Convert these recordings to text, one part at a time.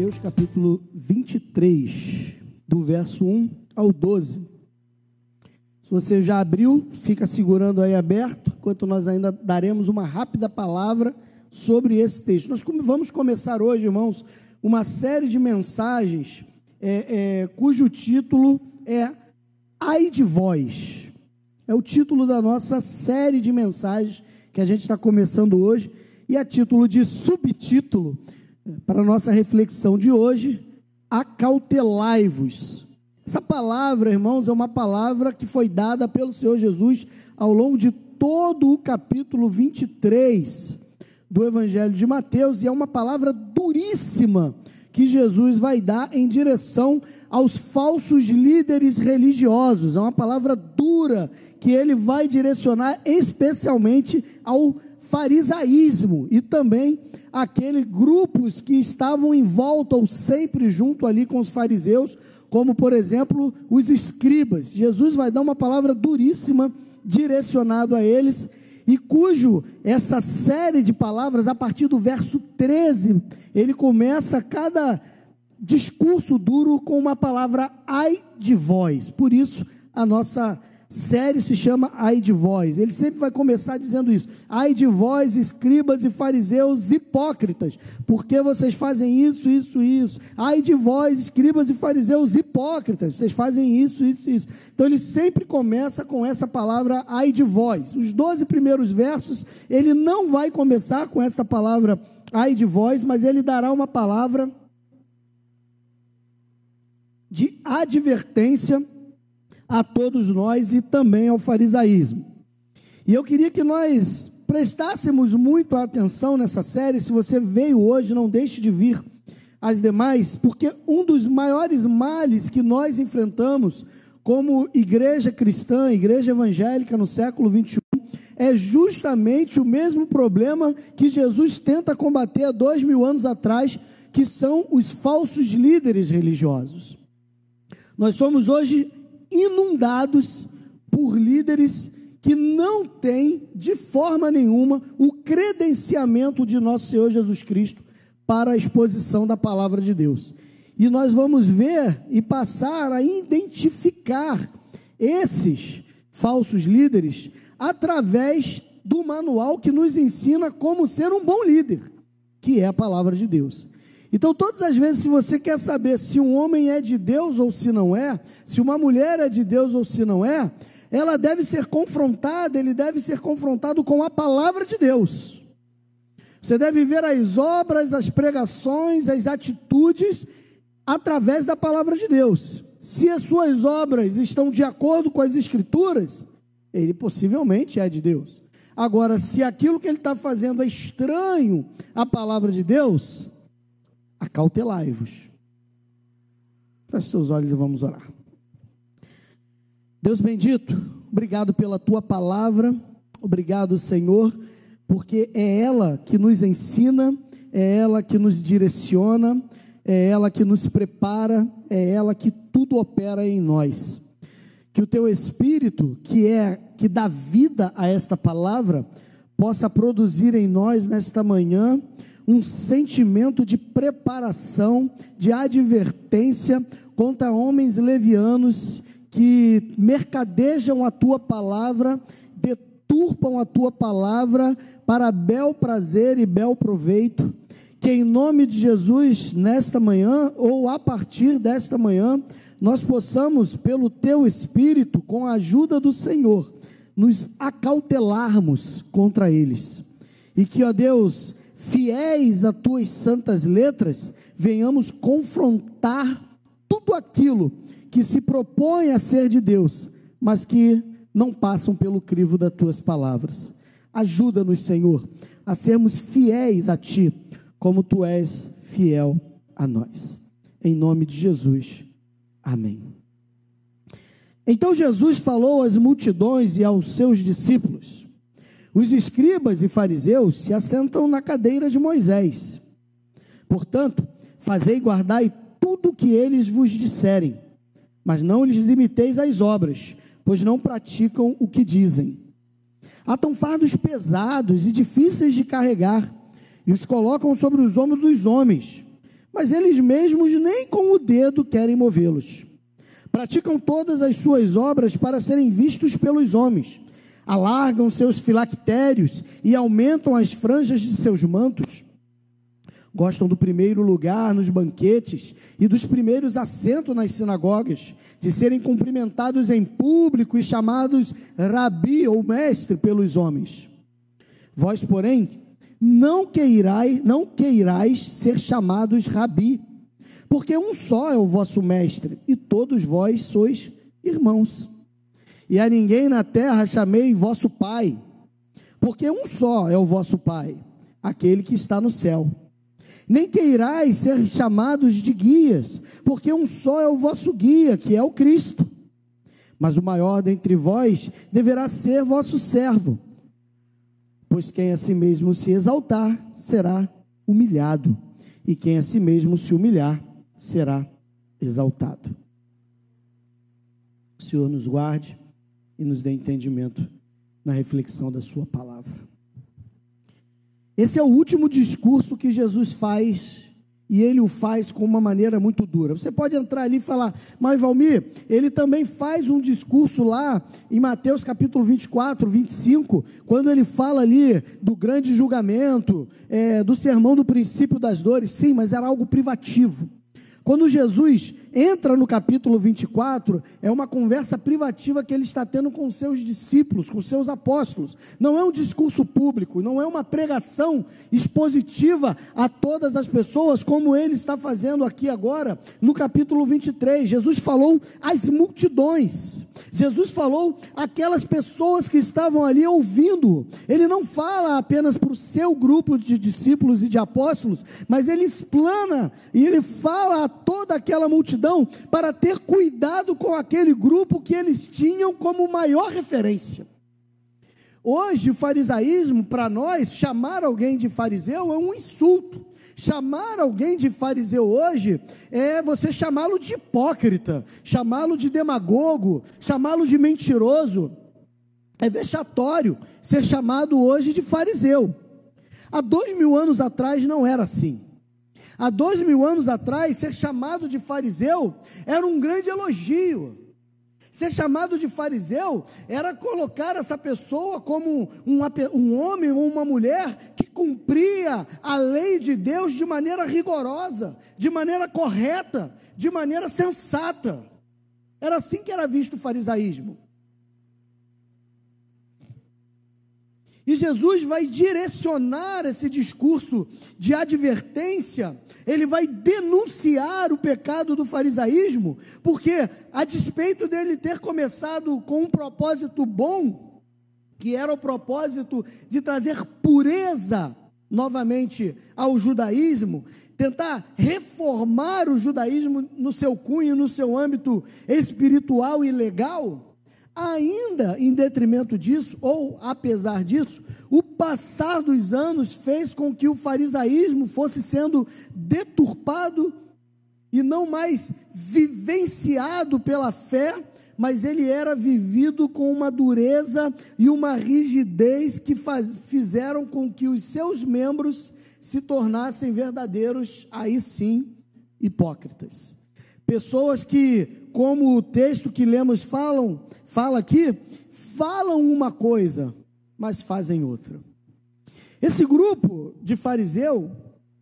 Mateus capítulo 23, do verso 1 ao 12. Se você já abriu, fica segurando aí aberto, enquanto nós ainda daremos uma rápida palavra sobre esse texto. Nós vamos começar hoje, irmãos, uma série de mensagens cujo título é Ai de Vós. É o título da nossa série de mensagens que a gente está começando hoje, e a título de subtítulo, para a nossa reflexão de hoje, acautelai-vos. Essa palavra, irmãos, é uma palavra que foi dada pelo Senhor Jesus ao longo de todo o capítulo 23 do Evangelho de Mateus, e é uma palavra duríssima que Jesus vai dar em direção aos falsos líderes religiosos. É uma palavra dura que ele vai direcionar especialmente ao farisaísmo e também aqueles grupos que estavam em volta ou sempre junto ali com os fariseus, como por exemplo os escribas. Jesus vai dar uma palavra duríssima direcionado a eles, e cujo essa série de palavras, a partir do verso 13, ele começa cada discurso duro com uma palavra ai de vós. Por isso a nossa série se chama Ai de Vós. Ele sempre vai começar dizendo isso: ai de vós, escribas e fariseus hipócritas, porque vocês fazem isso, isso, isso. Ai de vós, escribas e fariseus hipócritas, vocês fazem isso, isso, isso. Então ele sempre começa com essa palavra ai de vós. Os 12 primeiros versos, ele não vai começar com essa palavra ai de vós, mas ele dará uma palavra de advertência a todos nós e também ao farisaísmo. E eu queria que nós prestássemos muito atenção nessa série. Se você veio hoje, não deixe de vir as demais, porque um dos maiores males que nós enfrentamos como igreja cristã, igreja evangélica no século 21, é justamente o mesmo problema que Jesus tenta combater há 2000 anos atrás, que são os falsos líderes religiosos. Nós somos hoje inundados por líderes que não têm de forma nenhuma o credenciamento de nosso Senhor Jesus Cristo para a exposição da palavra de Deus. E nós vamos ver e passar a identificar esses falsos líderes através do manual que nos ensina como ser um bom líder, que é a palavra de Deus. Então, todas as vezes, se você quer saber se um homem é de Deus ou se não é, se uma mulher é de Deus ou se não é, ela deve ser confrontada, ele deve ser confrontado com a palavra de Deus. Você deve ver as obras, as pregações, as atitudes, através da palavra de Deus. Se as suas obras estão de acordo com as Escrituras, ele possivelmente é de Deus. Agora, se aquilo que ele está fazendo é estranho à palavra de Deus, acautelai-vos. Feche seus olhos e vamos orar. Deus bendito, obrigado pela tua palavra, obrigado, Senhor, porque é ela que nos ensina, é ela que nos direciona, é ela que nos prepara, é ela que tudo opera em nós. Que o teu Espírito, que dá vida a esta palavra, possa produzir em nós nesta manhã um sentimento de preparação, de advertência contra homens levianos que mercadejam a tua palavra, deturpam a tua palavra para bel prazer e bel proveito. Que em nome de Jesus, nesta manhã, ou a partir desta manhã, nós possamos, pelo teu Espírito, com a ajuda do Senhor, nos acautelarmos contra eles. E que, ó Deus, fiéis a tuas santas letras, venhamos confrontar tudo aquilo que se propõe a ser de Deus, mas que não passam pelo crivo das tuas palavras. Ajuda-nos, Senhor, a sermos fiéis a ti, como tu és fiel a nós. Em nome de Jesus. Amém. Então Jesus falou às multidões e aos seus discípulos: os escribas e fariseus se assentam na cadeira de Moisés. Portanto, fazei e guardai tudo o que eles vos disserem, mas não lhes imiteis as obras, pois não praticam o que dizem. Atam fardos pesados e difíceis de carregar, e os colocam sobre os ombros dos homens, mas eles mesmos nem com o dedo querem movê-los. Praticam todas as suas obras para serem vistos pelos homens. Alargam seus filactérios e aumentam as franjas de seus mantos. Gostam do primeiro lugar nos banquetes e dos primeiros assentos nas sinagogas, de serem cumprimentados em público e chamados rabi ou mestre pelos homens. Vós, porém, não queirais ser chamados rabi, porque um só é o vosso mestre, e todos vós sois irmãos. E a ninguém na terra chamei vosso pai, porque um só é o vosso pai, aquele que está no céu. Nem queirais ser chamados de guias, porque um só é o vosso guia, que é o Cristo. Mas o maior dentre vós deverá ser vosso servo, pois quem a si mesmo se exaltar, será humilhado, e quem a si mesmo se humilhar, será exaltado. O Senhor nos guarde e nos dê entendimento na reflexão da sua palavra. Esse é o último discurso que Jesus faz, e ele o faz com uma maneira muito dura. Você pode entrar ali e falar, mas Valmir, ele também faz um discurso lá em Mateus capítulo 24, 25, quando ele fala ali do grande julgamento, do sermão do princípio das dores. Sim, mas era algo privativo. Quando Jesus entra no capítulo 24, é uma conversa privativa que ele está tendo com seus discípulos, com seus apóstolos. Não é um discurso público, não é uma pregação expositiva a todas as pessoas, como ele está fazendo aqui agora, no capítulo 23. Jesus falou às multidões, Jesus falou àquelas pessoas que estavam ali ouvindo. Ele não fala apenas para o seu grupo de discípulos e de apóstolos, mas ele explana e ele fala a toda aquela multidão para ter cuidado com aquele grupo que eles tinham como maior referência. Hoje o farisaísmo, para nós, chamar alguém de fariseu é um insulto. Chamar alguém de fariseu hoje é você chamá-lo de hipócrita, chamá-lo de demagogo, chamá-lo de mentiroso. É vexatório ser chamado hoje de fariseu. Há 2000 anos atrás não era assim. Há 2000 anos atrás, ser chamado de fariseu era um grande elogio. Ser chamado de fariseu era colocar essa pessoa como um homem ou uma mulher que cumpria a lei de Deus de maneira rigorosa, de maneira correta, de maneira sensata. Era assim que era visto o farisaísmo. E Jesus vai direcionar esse discurso de advertência, ele vai denunciar o pecado do farisaísmo, porque a despeito dele ter começado com um propósito bom, que era o propósito de trazer pureza novamente ao judaísmo, tentar reformar o judaísmo no seu cunho, no seu âmbito espiritual e legal, ainda em detrimento disso, ou apesar disso, o passar dos anos fez com que o farisaísmo fosse sendo deturpado e não mais vivenciado pela fé, mas ele era vivido com uma dureza e uma rigidez que fizeram com que os seus membros se tornassem verdadeiros, aí sim, hipócritas. Pessoas que, como o texto que lemos fala aqui, falam uma coisa, mas fazem outra. Esse grupo de fariseus,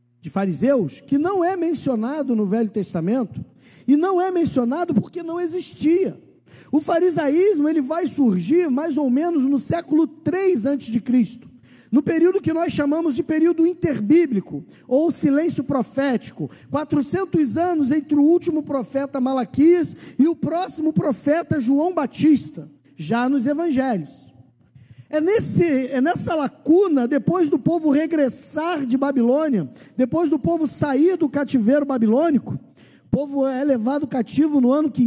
que não é mencionado no Velho Testamento, e não é mencionado porque não existia. O farisaísmo, ele vai surgir mais ou menos no século 3 a.C., no período que nós chamamos de período interbíblico, ou silêncio profético, 400 anos entre o último profeta Malaquias e o próximo profeta João Batista, já nos evangelhos. É nessa lacuna, depois do povo regressar de Babilônia, depois do povo sair do cativeiro babilônico, o povo é levado cativo no ano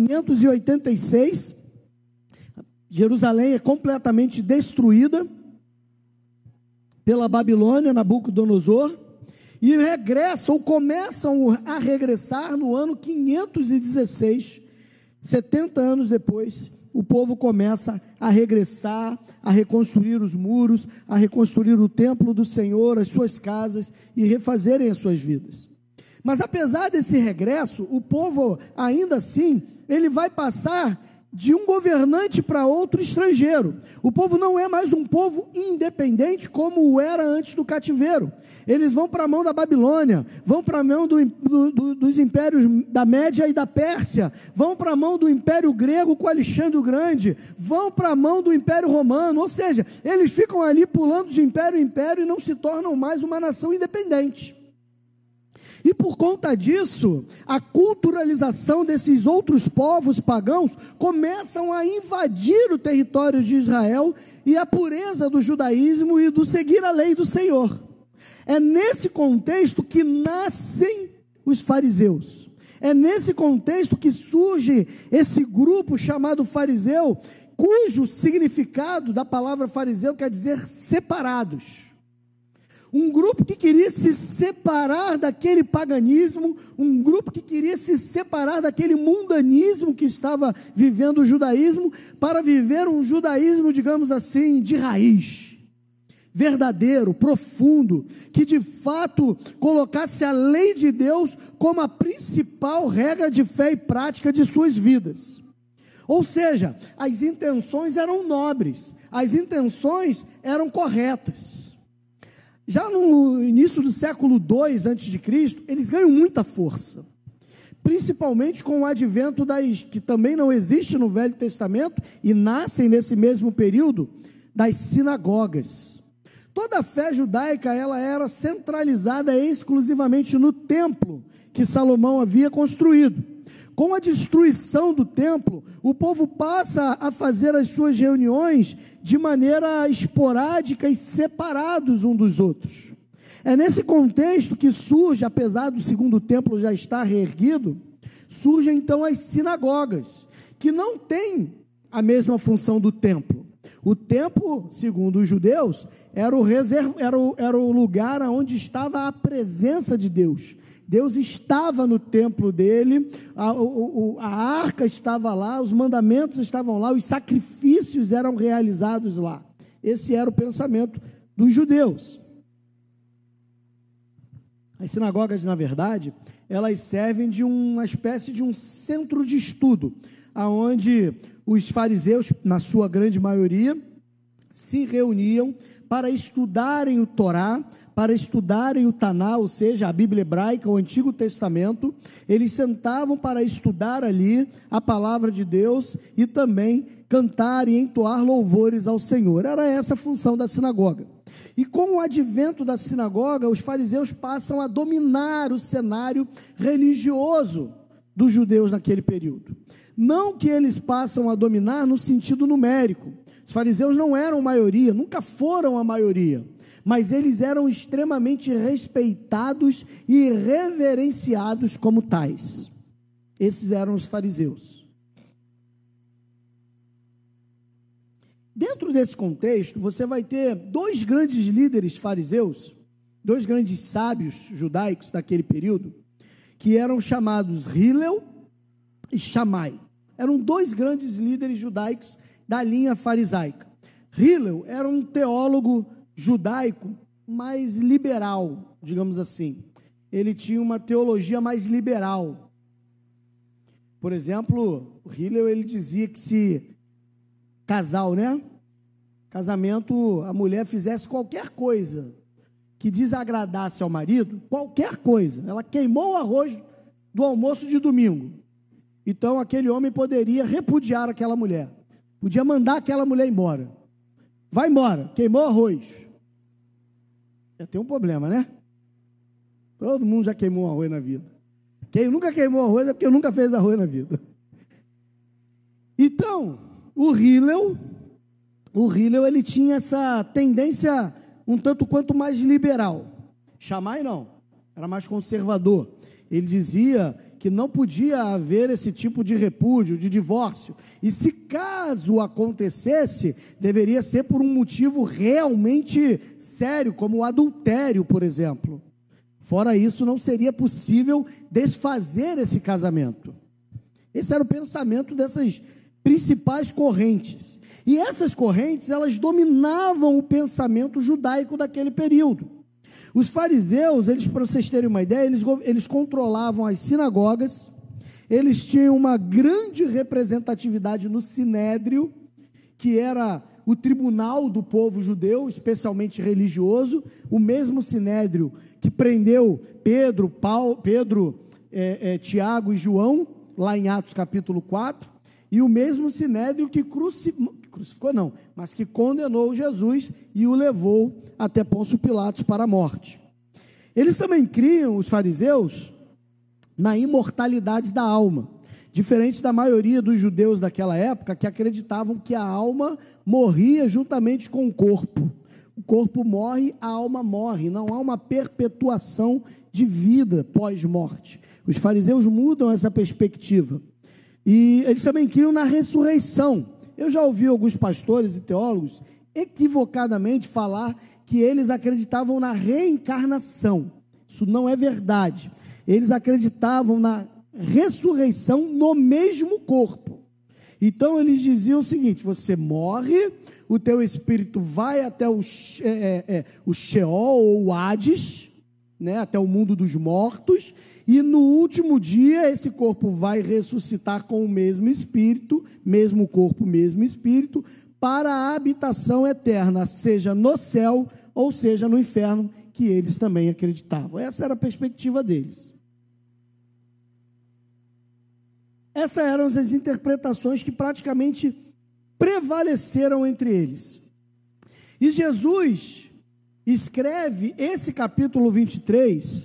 586, Jerusalém é completamente destruída pela Babilônia, Nabucodonosor, e regressam, ou começam a regressar no ano 516, 70 anos depois, o povo começa a regressar, a reconstruir os muros, a reconstruir o templo do Senhor, as suas casas, e refazerem as suas vidas. Mas apesar desse regresso, o povo, ainda assim, ele vai passar de um governante para outro estrangeiro. O povo não é mais um povo independente como era antes do cativeiro. Eles vão para a mão da Babilônia, vão para a mão dos impérios da Média e da Pérsia, vão para a mão do Império Grego com Alexandre o Grande, vão para a mão do Império Romano, ou seja, eles ficam ali pulando de império em império e não se tornam mais uma nação independente. E por conta disso, a culturalização desses outros povos pagãos começam a invadir o território de Israel e a pureza do judaísmo e do seguir a lei do Senhor. É nesse contexto que nascem os fariseus. É nesse contexto que surge esse grupo chamado fariseu, cujo significado da palavra fariseu quer dizer separados. Um grupo que queria se separar daquele paganismo, um grupo que queria se separar daquele mundanismo que estava vivendo o judaísmo, para viver um judaísmo, digamos assim, de raiz, verdadeiro, profundo, que de fato colocasse a lei de Deus como a principal regra de fé e prática de suas vidas. Ou seja, as intenções eram nobres, as intenções eram corretas. Já no início do século II a.C., eles ganham muita força, principalmente com o advento que também não existe no Velho Testamento, e nascem nesse mesmo período, das sinagogas. Toda a fé judaica, ela era centralizada exclusivamente no templo que Salomão havia construído. Com a destruição do templo, o povo passa a fazer as suas reuniões de maneira esporádica e separados um dos outros. É nesse contexto que surge, apesar do segundo templo já estar reerguido, surgem então as sinagogas, que não têm a mesma função do templo. O templo, segundo os judeus, era o lugar onde estava a presença de Deus. Deus estava no templo dele, a arca estava lá, os mandamentos estavam lá, os sacrifícios eram realizados lá. Esse era o pensamento dos judeus. As sinagogas, na verdade, elas servem de uma espécie de um centro de estudo, aonde os fariseus, na sua grande maioria, se reuniam para estudarem o Torá, para estudarem o Taná, ou seja, a Bíblia hebraica, o Antigo Testamento. Eles sentavam para estudar ali a palavra de Deus e também cantar e entoar louvores ao Senhor. Era essa a função da sinagoga. E com o advento da sinagoga, os fariseus passam a dominar o cenário religioso dos judeus naquele período. Não que eles passam a dominar no sentido numérico. Os fariseus não eram maioria, nunca foram a maioria, mas eles eram extremamente respeitados e reverenciados como tais. Esses eram os fariseus. Dentro desse contexto, você vai ter dois grandes líderes fariseus, dois grandes sábios judaicos daquele período, que eram chamados Hillel e Shammai. Eram dois grandes líderes judaicos da linha farisaica. Hillel era um teólogo judaico mais liberal, digamos assim. Ele tinha uma teologia mais liberal. Por exemplo, o Hillel, ele dizia que se casamento, a mulher fizesse qualquer coisa que desagradasse ao marido, qualquer coisa, ela queimou o arroz do almoço de domingo, então aquele homem poderia repudiar aquela mulher, podia mandar aquela mulher embora. Vai embora, queimou arroz. Já tem um problema, né? Todo mundo já queimou arroz na vida. Quem nunca queimou arroz é porque nunca fez arroz na vida. Então, o Hillel, ele tinha essa tendência um tanto quanto mais liberal. Shammai não, era mais conservador. Ele dizia que não podia haver esse tipo de repúdio, de divórcio. E se caso acontecesse, deveria ser por um motivo realmente sério, como o adultério, por exemplo. Fora isso, não seria possível desfazer esse casamento. Esse era o pensamento dessas principais correntes. E essas correntes, elas dominavam o pensamento judaico daquele período. Os fariseus, para vocês terem uma ideia, eles controlavam as sinagogas, eles tinham uma grande representatividade no Sinédrio, que era o tribunal do povo judeu, especialmente religioso, o mesmo Sinédrio que prendeu Pedro, Tiago e João, lá em Atos capítulo 4, e o mesmo Sinédrio que crucificou não, mas que condenou Jesus e o levou até Pôncio Pilatos para a morte. Eles também criam, os fariseus, na imortalidade da alma, diferente da maioria dos judeus daquela época, que acreditavam que a alma morria juntamente com o corpo. O corpo morre, a alma morre, não há uma perpetuação de vida pós-morte. Os fariseus mudam essa perspectiva. E eles também criam na ressurreição. Eu já ouvi alguns pastores e teólogos equivocadamente falar que eles acreditavam na reencarnação. Isso não é verdade. Eles acreditavam na ressurreição no mesmo corpo. Então eles diziam o seguinte: você morre, o teu espírito vai até o Sheol ou o Hades, né, até o mundo dos mortos, e no último dia esse corpo vai ressuscitar com o mesmo espírito, mesmo corpo, mesmo espírito, para a habitação eterna, seja no céu ou seja no inferno, que eles também acreditavam. Essa era a perspectiva deles. Essas eram as interpretações que praticamente prevaleceram entre eles. E Jesus escreve esse capítulo 23,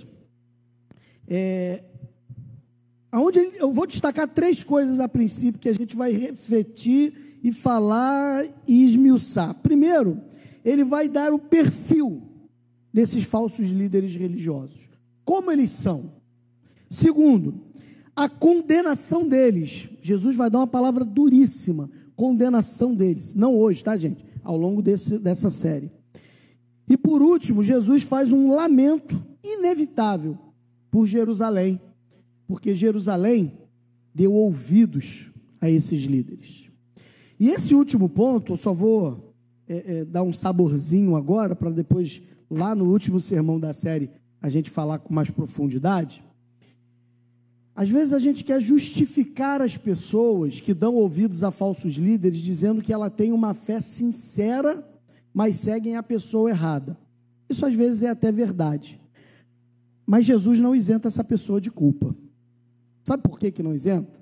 onde eu vou destacar 3 coisas a princípio, que a gente vai refletir e falar e esmiuçar. Primeiro, ele vai dar o perfil desses falsos líderes religiosos, como eles são. Segundo, a condenação deles. Jesus vai dar uma palavra duríssima, condenação deles, não hoje, tá, gente? Ao longo dessa série. E por último, Jesus faz um lamento inevitável por Jerusalém, porque Jerusalém deu ouvidos a esses líderes. E esse último ponto, eu só vou dar um saborzinho agora, para depois, lá no último sermão da série, a gente falar com mais profundidade. Às vezes a gente quer justificar as pessoas que dão ouvidos a falsos líderes, dizendo que ela tem uma fé sincera, mas seguem a pessoa errada. Isso às vezes é até verdade. Mas Jesus não isenta essa pessoa de culpa. Sabe por que não isenta?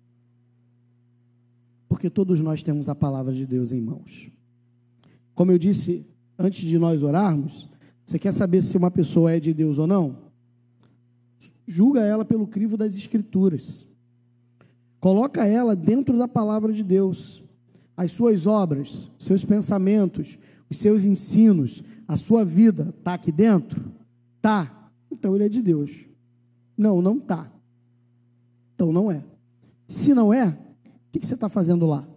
Porque todos nós temos a palavra de Deus em mãos. Como eu disse antes de nós orarmos, você quer saber se uma pessoa é de Deus ou não? Julga ela pelo crivo das Escrituras. Coloca ela dentro da palavra de Deus. As suas obras, seus pensamentos, os seus ensinos, a sua vida, está aqui dentro? Tá. Então ele é de Deus. Não, não está. Então não é. Se não é, o que você está fazendo lá?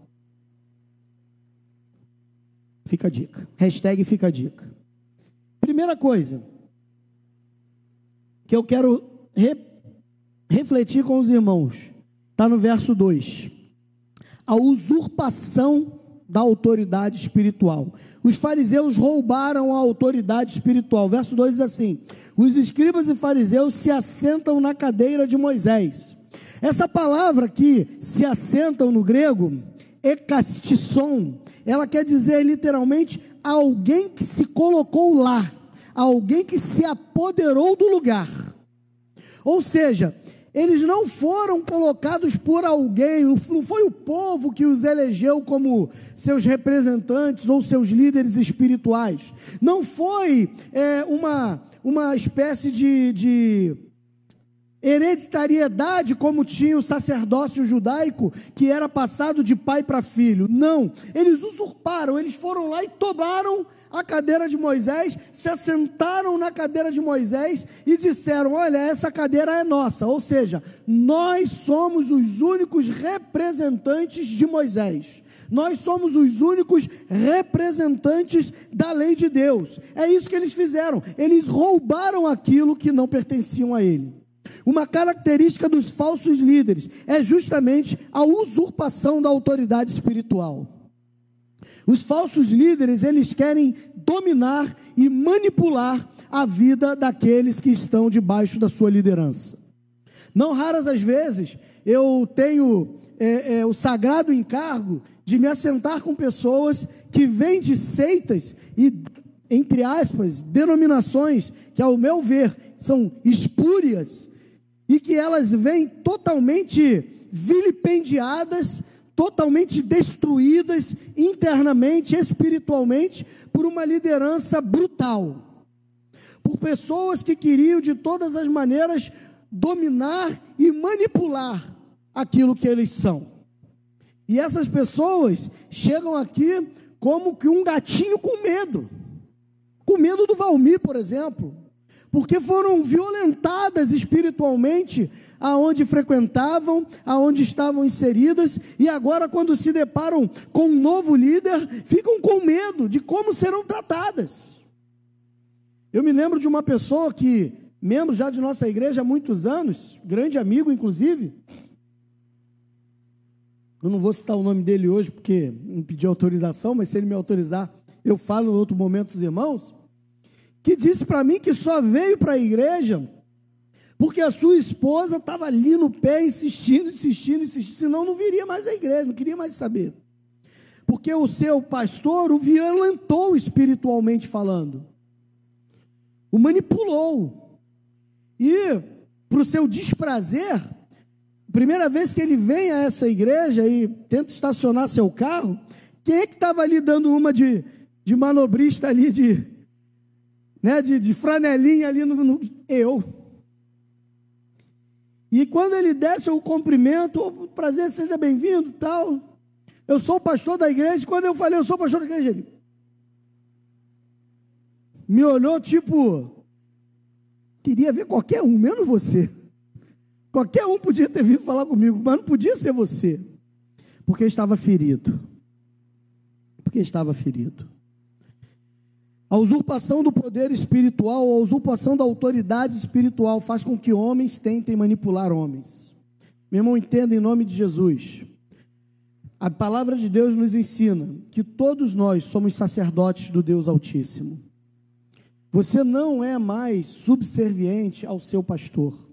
Fica a dica. Hashtag fica a dica. Primeira coisa que eu quero refletir com os irmãos, está no verso 2. A usurpação da autoridade espiritual. Os fariseus roubaram a autoridade espiritual. Verso 2 diz assim: os escribas e fariseus se assentam na cadeira de Moisés. Essa palavra aqui, se assentam no grego, ekastisson, ela quer dizer literalmente alguém que se colocou lá, alguém que se apoderou do lugar. Ou seja, eles não foram colocados por alguém, não foi o povo que os elegeu como seus representantes ou seus líderes espirituais. Não foi uma espécie de hereditariedade como tinha o sacerdócio judaico, que era passado de pai para filho. Não, eles usurparam, eles foram lá e tomaram a cadeira de Moisés, se assentaram na cadeira de Moisés e disseram: olha, essa cadeira é nossa. Ou seja, nós somos os únicos representantes de Moisés. Nós somos os únicos representantes da lei de Deus. É isso que eles fizeram. Eles roubaram aquilo que não pertenciam a ele. Uma característica dos falsos líderes é justamente a usurpação da autoridade espiritual. Os falsos líderes, eles querem dominar e manipular a vida daqueles que estão debaixo da sua liderança. Não raras as vezes, eu tenho o sagrado encargo de me assentar com pessoas que vêm de seitas e, entre aspas, denominações que, ao meu ver, são espúrias e que elas vêm totalmente vilipendiadas, totalmente destruídas internamente, espiritualmente, por uma liderança brutal, por pessoas que queriam de todas as maneiras dominar e manipular aquilo que eles são. E essas pessoas chegam aqui como que um gatinho com medo do Valmir, por exemplo, porque foram violentadas espiritualmente aonde frequentavam, aonde estavam inseridas, e agora quando se deparam com um novo líder, ficam com medo de como serão tratadas. Eu me lembro de uma pessoa que, membro já de nossa igreja há muitos anos, grande amigo inclusive, eu não vou citar o nome dele hoje porque não pedi autorização, mas se ele me autorizar, eu falo em outro momento dos irmãos, que disse para mim que só veio para a igreja porque a sua esposa estava ali no pé insistindo, senão não viria mais à igreja, não queria mais saber. Porque o seu pastor o violentou espiritualmente falando, o manipulou, e para o seu desprazer, primeira vez que ele vem a essa igreja e tenta estacionar seu carro, quem é que estava ali dando uma de manobrista ali, de franelinha ali eu. E quando ele desce o cumprimento, prazer, seja bem-vindo, tal. Eu sou o pastor da igreja. Quando eu falei, eu sou o pastor da igreja, ele me olhou tipo, queria ver qualquer um, menos você. Qualquer um podia ter vindo falar comigo, mas não podia ser você, porque estava ferido. A usurpação do poder espiritual, a usurpação da autoridade espiritual faz com que homens tentem manipular homens. Meu irmão, entenda em nome de Jesus. A palavra de Deus nos ensina que todos nós somos sacerdotes do Deus Altíssimo. Você não é mais subserviente ao seu pastor.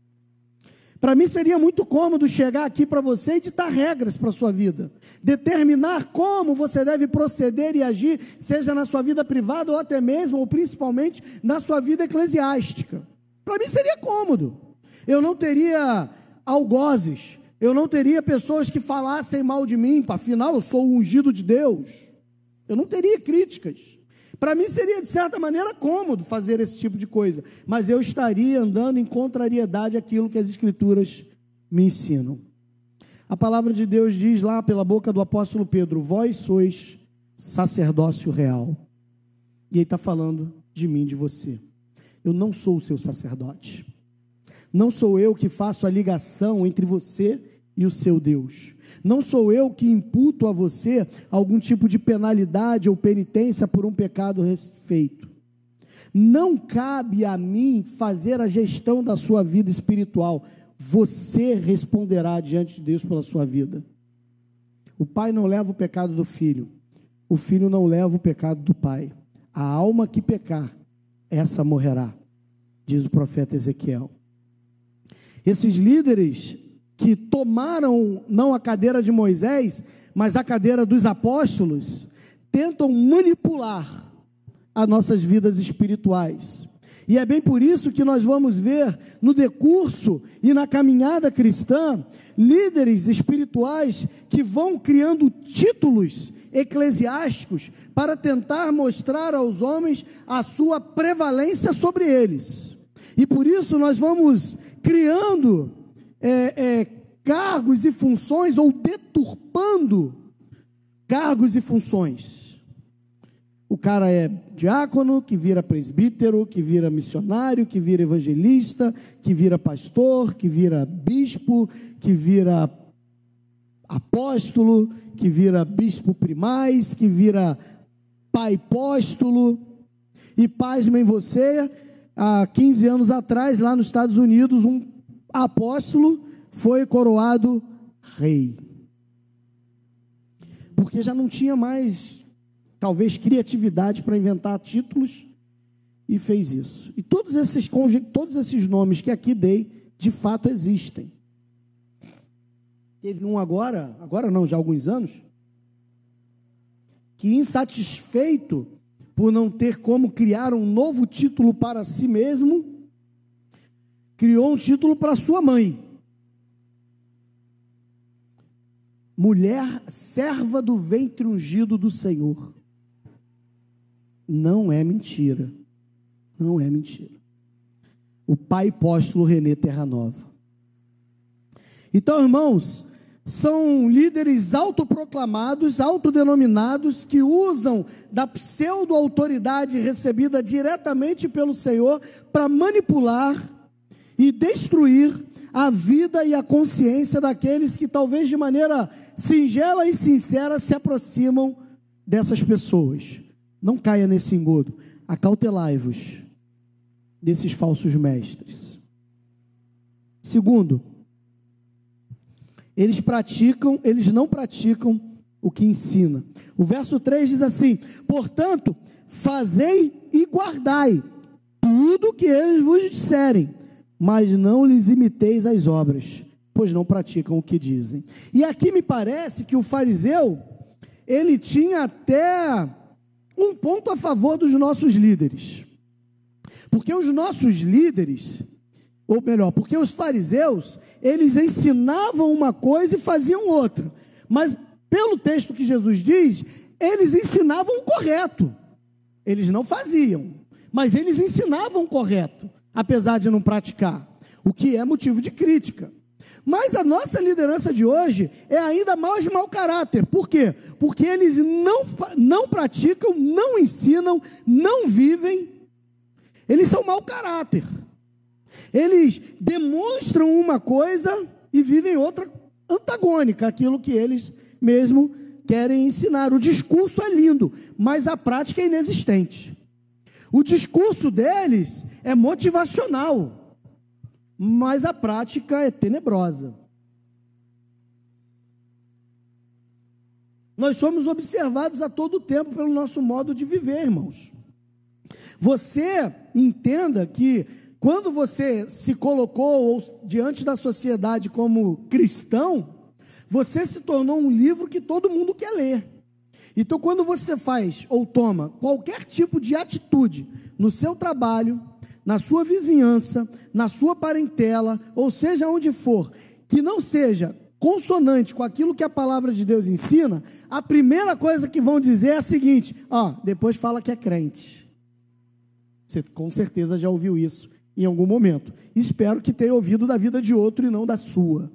Para mim seria muito cômodo chegar aqui para você e ditar regras para a sua vida, determinar como você deve proceder e agir, seja na sua vida privada ou até mesmo, ou principalmente, na sua vida eclesiástica. Para mim seria cômodo. Eu não teria algozes, eu não teria pessoas que falassem mal de mim, afinal eu sou o ungido de Deus. Eu não teria críticas. Para mim seria de certa maneira cômodo fazer esse tipo de coisa, mas eu estaria andando em contrariedade àquilo que as Escrituras me ensinam. A palavra de Deus diz lá pela boca do apóstolo Pedro, vós sois sacerdócio real. E ele está falando de mim, de você. Eu não sou o seu sacerdote. Não sou eu que faço a ligação entre você e o seu Deus. Não sou eu que imputo a você algum tipo de penalidade ou penitência por um pecado feito. Não cabe a mim fazer a gestão da sua vida espiritual. Você responderá diante de Deus pela sua vida. O pai não leva o pecado do filho. O filho não leva o pecado do pai. A alma que pecar, essa morrerá, diz o profeta Ezequiel. Esses líderes que tomaram não a cadeira de Moisés, mas a cadeira dos apóstolos, tentam manipular as nossas vidas espirituais. E é bem por isso que nós vamos ver no decurso e na caminhada cristã, líderes espirituais que vão criando títulos eclesiásticos para tentar mostrar aos homens a sua prevalência sobre eles. E por isso nós vamos criando cargos e funções, ou deturpando cargos e funções. O cara é diácono, que vira presbítero, que vira missionário, que vira evangelista, que vira pastor, que vira bispo, que vira apóstolo, que vira bispo primaz, que vira pai apóstolo. E pasmem você, há 15 anos atrás, lá nos Estados Unidos, um apóstolo foi coroado rei, porque já não tinha mais, talvez, criatividade para inventar títulos e fez isso. E todos esses nomes que aqui dei, de fato existem. Teve um agora não, já há alguns anos, que insatisfeito por não ter como criar um novo título para si mesmo, criou um título para sua mãe. Mulher, serva do ventre ungido do Senhor. Não é mentira. Não é mentira. O pai apóstolo René Terranova. Então, irmãos, são líderes autoproclamados, autodenominados, que usam da pseudo-autoridade recebida diretamente pelo Senhor para manipular e destruir a vida e a consciência daqueles que talvez de maneira singela e sincera se aproximam dessas pessoas. Não caia nesse engodo. Acautelai-vos desses falsos mestres. Segundo, eles não praticam o que ensina. O verso 3 diz assim: portanto, fazei e guardai tudo o que eles vos disserem, mas não lhes imiteis as obras, pois não praticam o que dizem. E aqui me parece que o fariseu, ele tinha até um ponto a favor dos nossos líderes. Porque os nossos líderes, ou melhor, porque os fariseus, eles ensinavam uma coisa e faziam outra. Mas pelo texto que Jesus diz, eles ensinavam o correto. Eles não faziam, mas eles ensinavam o correto, apesar de não praticar, o que é motivo de crítica. Mas a nossa liderança de hoje é ainda mais de mau caráter. Por quê? Porque eles não praticam, não ensinam, não vivem. Eles são mau caráter. Eles demonstram uma coisa e vivem outra antagônica, aquilo que eles mesmo querem ensinar. O discurso é lindo, mas a prática é inexistente. O discurso deles é motivacional, mas a prática é tenebrosa. Nós somos observados a todo tempo pelo nosso modo de viver, irmãos. Você entenda que quando você se colocou diante da sociedade como cristão, você se tornou um livro que todo mundo quer ler. Então, quando você faz ou toma qualquer tipo de atitude no seu trabalho, na sua vizinhança, na sua parentela, ou seja onde for, que não seja consonante com aquilo que a palavra de Deus ensina, a primeira coisa que vão dizer é a seguinte: depois fala que é crente. Você com certeza já ouviu isso em algum momento. Espero que tenha ouvido da vida de outro e não da sua.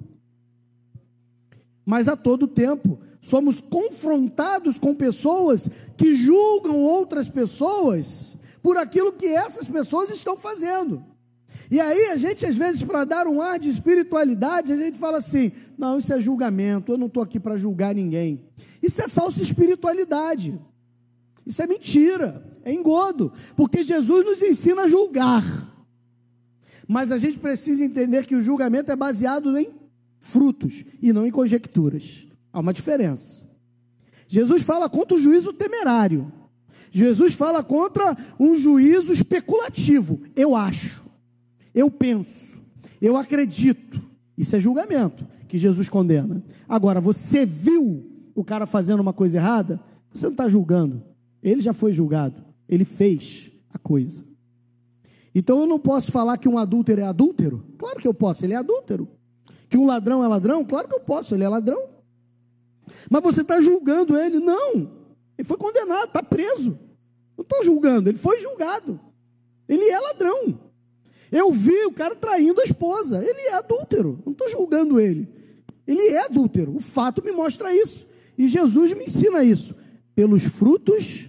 Mas a todo tempo somos confrontados com pessoas que julgam outras pessoas por aquilo que essas pessoas estão fazendo. E aí a gente, às vezes, para dar um ar de espiritualidade, a gente fala assim: não, isso é julgamento, eu não estou aqui para julgar ninguém. Isso é falsa espiritualidade. Isso é mentira, é engodo, porque Jesus nos ensina a julgar. Mas a gente precisa entender que o julgamento é baseado em frutos e não em conjecturas. Há uma diferença. Jesus fala contra o juízo temerário. Jesus fala contra um juízo especulativo. Eu acho, eu penso, eu acredito. Isso é julgamento que Jesus condena. Agora, você viu o cara fazendo uma coisa errada? Você não está julgando. Ele já foi julgado. Ele fez a coisa. Então eu não posso falar que um adúltero é adúltero? Claro que eu posso, ele é adúltero. Que um ladrão é ladrão? Claro que eu posso, ele é ladrão. Mas você está julgando ele? Não. Ele foi condenado, está preso. Não estou julgando, ele foi julgado. Ele é ladrão. Eu vi o cara traindo a esposa. Ele é adúltero. Não estou julgando ele. Ele é adúltero. O fato me mostra isso. E Jesus me ensina isso. Pelos frutos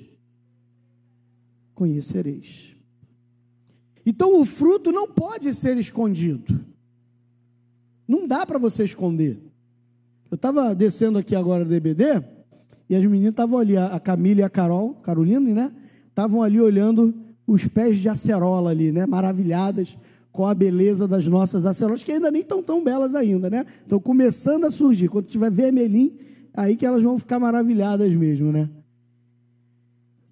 conhecereis. Então o fruto não pode ser escondido. Não dá para você esconder. Eu estava descendo aqui agora do EBD, e as meninas estavam ali, a Camila e a Caroline, né? Estavam ali olhando os pés de acerola ali, né? Maravilhadas com a beleza das nossas acerolas, que ainda nem estão tão belas ainda, né? Estão começando a surgir. Quando tiver vermelhinho, aí que elas vão ficar maravilhadas mesmo, né?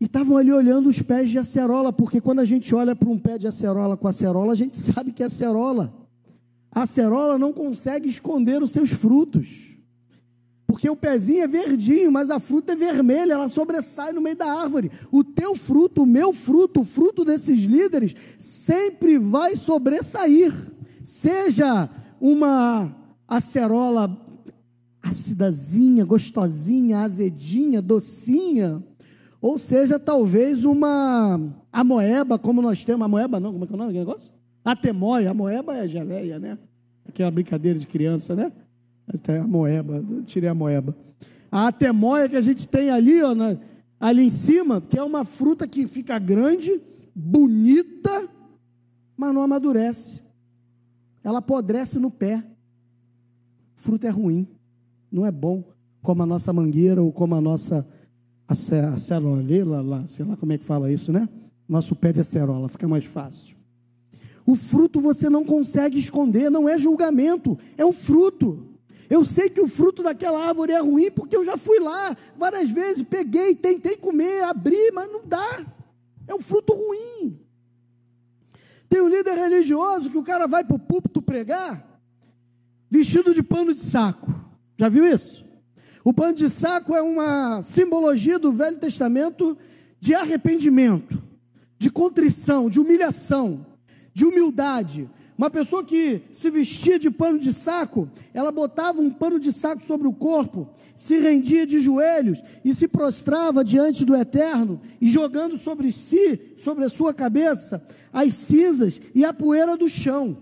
E estavam ali olhando os pés de acerola, porque quando a gente olha para um pé de acerola com acerola, a gente sabe que é acerola. A acerola não consegue esconder os seus frutos. Porque o pezinho é verdinho, mas a fruta é vermelha, ela sobressai no meio da árvore. O teu fruto, o meu fruto, o fruto desses líderes, sempre vai sobressair. Seja uma acerola acidazinha, gostosinha, azedinha, docinha, ou seja, talvez uma amoeba, como nós temos, amoeba não, como é que é o nome do negócio? Atemóia, amoeba é geleia, né? Aquela brincadeira de criança, né? Até a moeba, tirei a moeba. A atemóia que a gente tem ali, ó, ali em cima, que é uma fruta que fica grande, bonita, mas não amadurece. Ela apodrece no pé. Fruta é ruim, não é bom, como a nossa mangueira ou como a nossa acerola, lá, sei lá como é que fala isso, né? Nosso pé de acerola, fica mais fácil. O fruto você não consegue esconder, não é julgamento, é o fruto. Eu sei que o fruto daquela árvore é ruim, porque eu já fui lá várias vezes, peguei, tentei comer, abri, mas não dá. É um fruto ruim. Tem um líder religioso que o cara vai para o púlpito pregar, vestido de pano de saco. Já viu isso? O pano de saco é uma simbologia do Velho Testamento de arrependimento, de contrição, de humilhação, de humildade. Uma pessoa que se vestia de pano de saco, ela botava um pano de saco sobre o corpo, se rendia de joelhos e se prostrava diante do Eterno, e jogando sobre si, sobre a sua cabeça, as cinzas e a poeira do chão.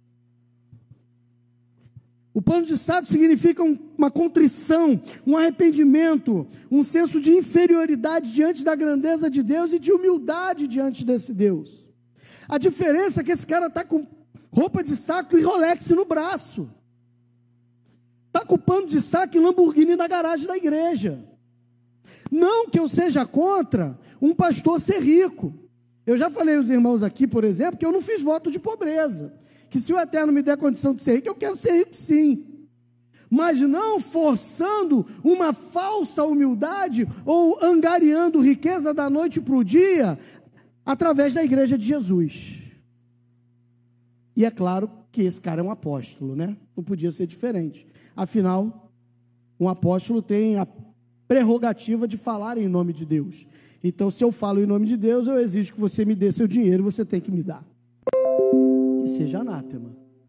O pano de saco significa uma contrição, um arrependimento, um senso de inferioridade diante da grandeza de Deus e de humildade diante desse Deus. A diferença é que esse cara está com roupa de saco e Rolex no braço. Está com pano de saco e Lamborghini na garagem da igreja. Não que eu seja contra um pastor ser rico. Eu já falei aos irmãos aqui, por exemplo, que eu não fiz voto de pobreza. Que se o Eterno me der condição de ser rico, eu quero ser rico sim. Mas não forçando uma falsa humildade ou angariando riqueza da noite para o dia através da igreja de Jesus. E é claro que esse cara é um apóstolo, né? Não podia ser diferente. Afinal, um apóstolo tem a prerrogativa de falar em nome de Deus. Então, se eu falo em nome de Deus, eu exijo que você me dê seu dinheiro e você tem que me dar. Que seja anátema.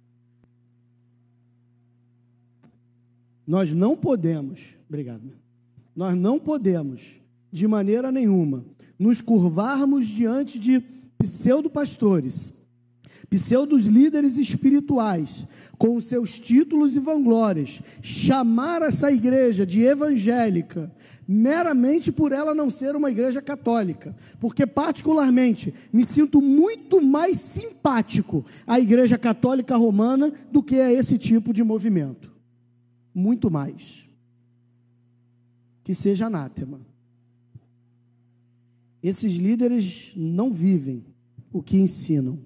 Nós não podemos, obrigado, nós não podemos, de maneira nenhuma, nos curvarmos diante de pseudo-pastores, pseudos líderes espirituais, com os seus títulos e vanglórias, chamar essa igreja de evangélica, meramente por ela não ser uma igreja católica, porque particularmente me sinto muito mais simpático à igreja católica romana do que a esse tipo de movimento, muito mais, que seja anátema. Esses líderes não vivem o que ensinam.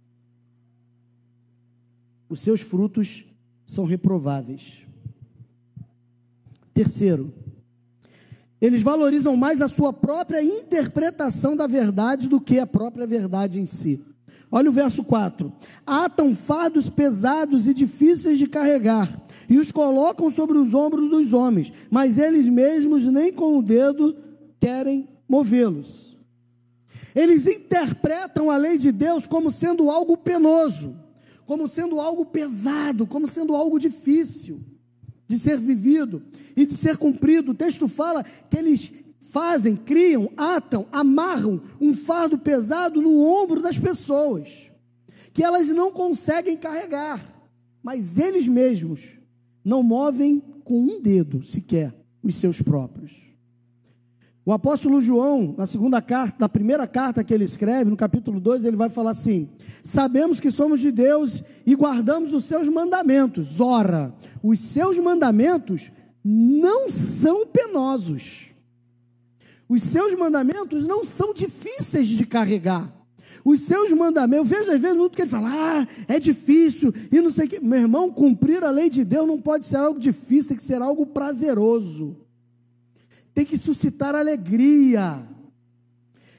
Os seus frutos são reprováveis. Terceiro, eles valorizam mais a sua própria interpretação da verdade do que a própria verdade em si. Olha o verso 4. Atam fardos pesados e difíceis de carregar e os colocam sobre os ombros dos homens, mas eles mesmos nem com o dedo querem movê-los. Eles interpretam a lei de Deus como sendo algo penoso, como sendo algo pesado, como sendo algo difícil de ser vivido e de ser cumprido. O texto fala que eles fazem, criam, atam, amarram um fardo pesado no ombro das pessoas, que elas não conseguem carregar, mas eles mesmos não movem com um dedo sequer os seus próprios. O apóstolo João, na primeira carta que ele escreve, no capítulo 2, ele vai falar assim: sabemos que somos de Deus e guardamos os seus mandamentos. Ora, os seus mandamentos não são penosos. Os seus mandamentos não são difíceis de carregar. Os seus mandamentos, eu vejo às vezes muito que ele fala, é difícil, e não sei o que. Meu irmão, cumprir a lei de Deus não pode ser algo difícil, tem que ser algo prazeroso. Tem que suscitar alegria.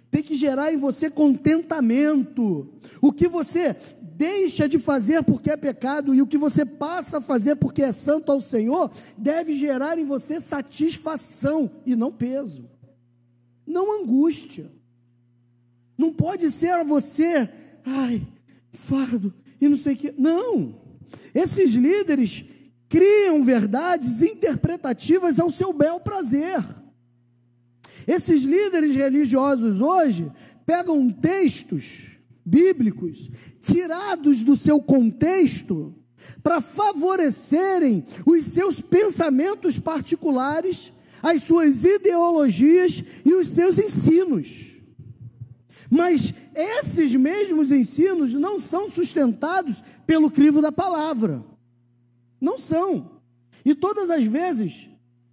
tem que gerar em você contentamento. O que você deixa de fazer porque é pecado e o que você passa a fazer porque é santo ao Senhor, deve gerar em você satisfação e não peso, não angústia. Não pode ser a você, fardo e não sei o que. Não, esses líderes criam verdades interpretativas ao seu bel prazer. Esses líderes religiosos hoje pegam textos bíblicos tirados do seu contexto para favorecerem os seus pensamentos particulares, as suas ideologias e os seus ensinos. Mas esses mesmos ensinos não são sustentados pelo crivo da palavra. Não são. E todas as vezes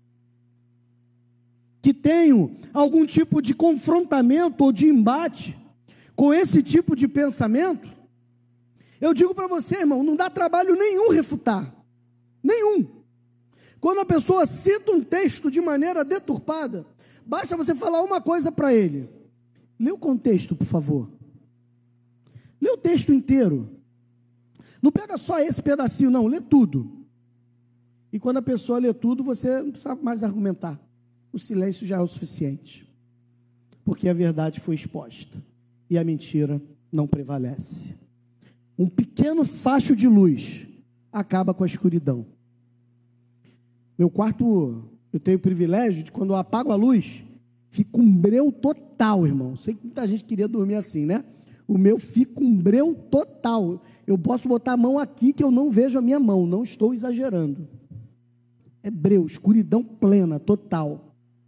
que tenho algum tipo de confrontamento ou de embate com esse tipo de pensamento, eu digo para você, irmão, não dá trabalho nenhum refutar. Nenhum. Quando a pessoa cita um texto de maneira deturpada, basta você falar uma coisa para ele. Lê o contexto, por favor. Lê o texto inteiro. Não pega só esse pedacinho, não. Lê tudo. E quando a pessoa lê tudo, você não precisa mais argumentar. O silêncio já é o suficiente. Porque a verdade foi exposta. E a mentira não prevalece. Um pequeno facho de luz acaba com a escuridão. Meu quarto, eu tenho o privilégio de quando eu apago a luz, fica um breu total, irmão. Sei que muita gente queria dormir assim, né? O meu fica um breu total. Eu posso botar a mão aqui que eu não vejo a minha mão, não estou exagerando. É breu, escuridão plena, total.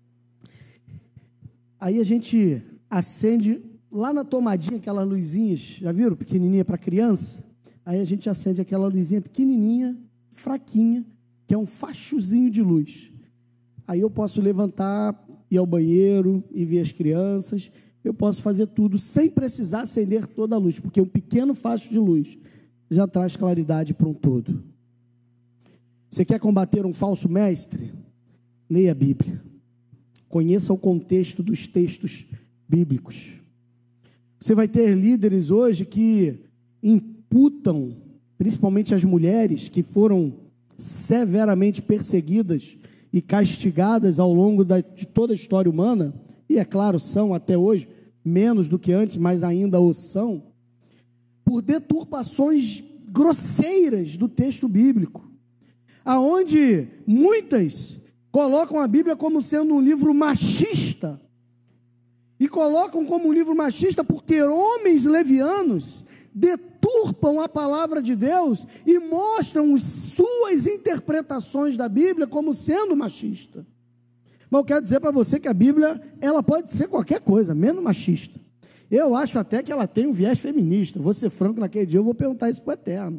Aí a gente acende lá na tomadinha aquelas luzinhas, já viram? Pequenininha para criança. Aí a gente acende aquela luzinha pequenininha, fraquinha, que é um fachozinho de luz. Aí eu posso levantar, ir ao banheiro e ver as crianças. Eu posso fazer tudo sem precisar acender toda a luz, porque um pequeno facho de luz já traz claridade para um todo. Você quer combater um falso mestre? Leia a Bíblia. Conheça o contexto dos textos bíblicos. Você vai ter líderes hoje que imputam, principalmente as mulheres, que foram severamente perseguidas e castigadas ao longo de toda a história humana, e é claro, são até hoje, menos do que antes, mas ainda o são, por deturpações grosseiras do texto bíblico, aonde muitas colocam a Bíblia como sendo um livro machista, e colocam como um livro machista porque homens levianos deturpam a palavra de Deus e mostram suas interpretações da Bíblia como sendo machista. Mas eu quero dizer para você que a Bíblia, ela pode ser qualquer coisa, menos machista. Eu acho até que ela tem um viés feminista. Vou ser franco, naquele dia eu vou perguntar isso para o Eterno.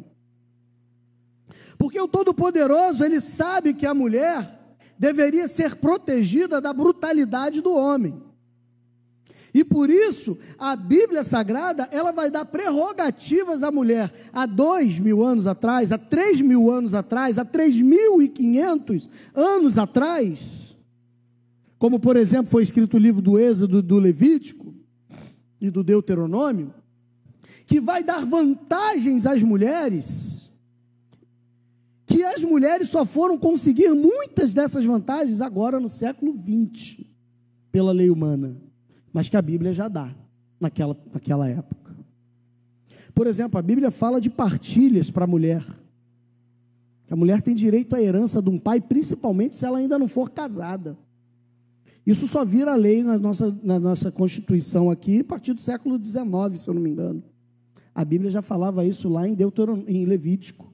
Porque o Todo-Poderoso, ele sabe que a mulher deveria ser protegida da brutalidade do homem. E por isso, a Bíblia Sagrada, ela vai dar prerrogativas à mulher. Há 2.000 anos atrás, há 3.000 anos atrás, há 3.500 anos atrás, como por exemplo foi escrito o livro do Êxodo, do Levítico e do Deuteronômio, que vai dar vantagens às mulheres, que as mulheres só foram conseguir muitas dessas vantagens agora no século XX, pela lei humana. Mas que a Bíblia já dá naquela época. Por exemplo, a Bíblia fala de partilhas para a mulher. A mulher tem direito à herança de um pai, principalmente se ela ainda não for casada. Isso só vira lei na nossa Constituição aqui, a partir do século XIX, se eu não me engano. A Bíblia já falava isso lá em Levítico.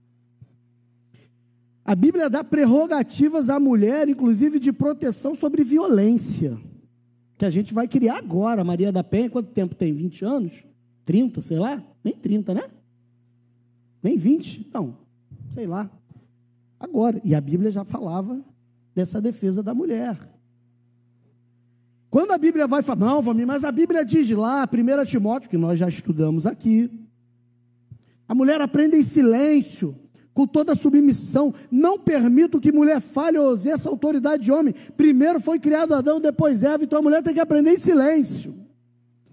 A Bíblia dá prerrogativas à mulher, inclusive de proteção sobre violência, que a gente vai criar agora. Maria da Penha, quanto tempo tem? 20 anos? 30, sei lá? Nem 30, né? Nem 20, então, sei lá. Agora, e a Bíblia já falava dessa defesa da mulher. Quando a Bíblia vai falar, não, Valmir, mas a Bíblia diz lá, 1 Timóteo, que nós já estudamos aqui, a mulher aprende em silêncio, com toda a submissão, não permito que mulher falhe ou exerça autoridade de homem. Primeiro foi criado Adão, depois Eva, então a mulher tem que aprender em silêncio.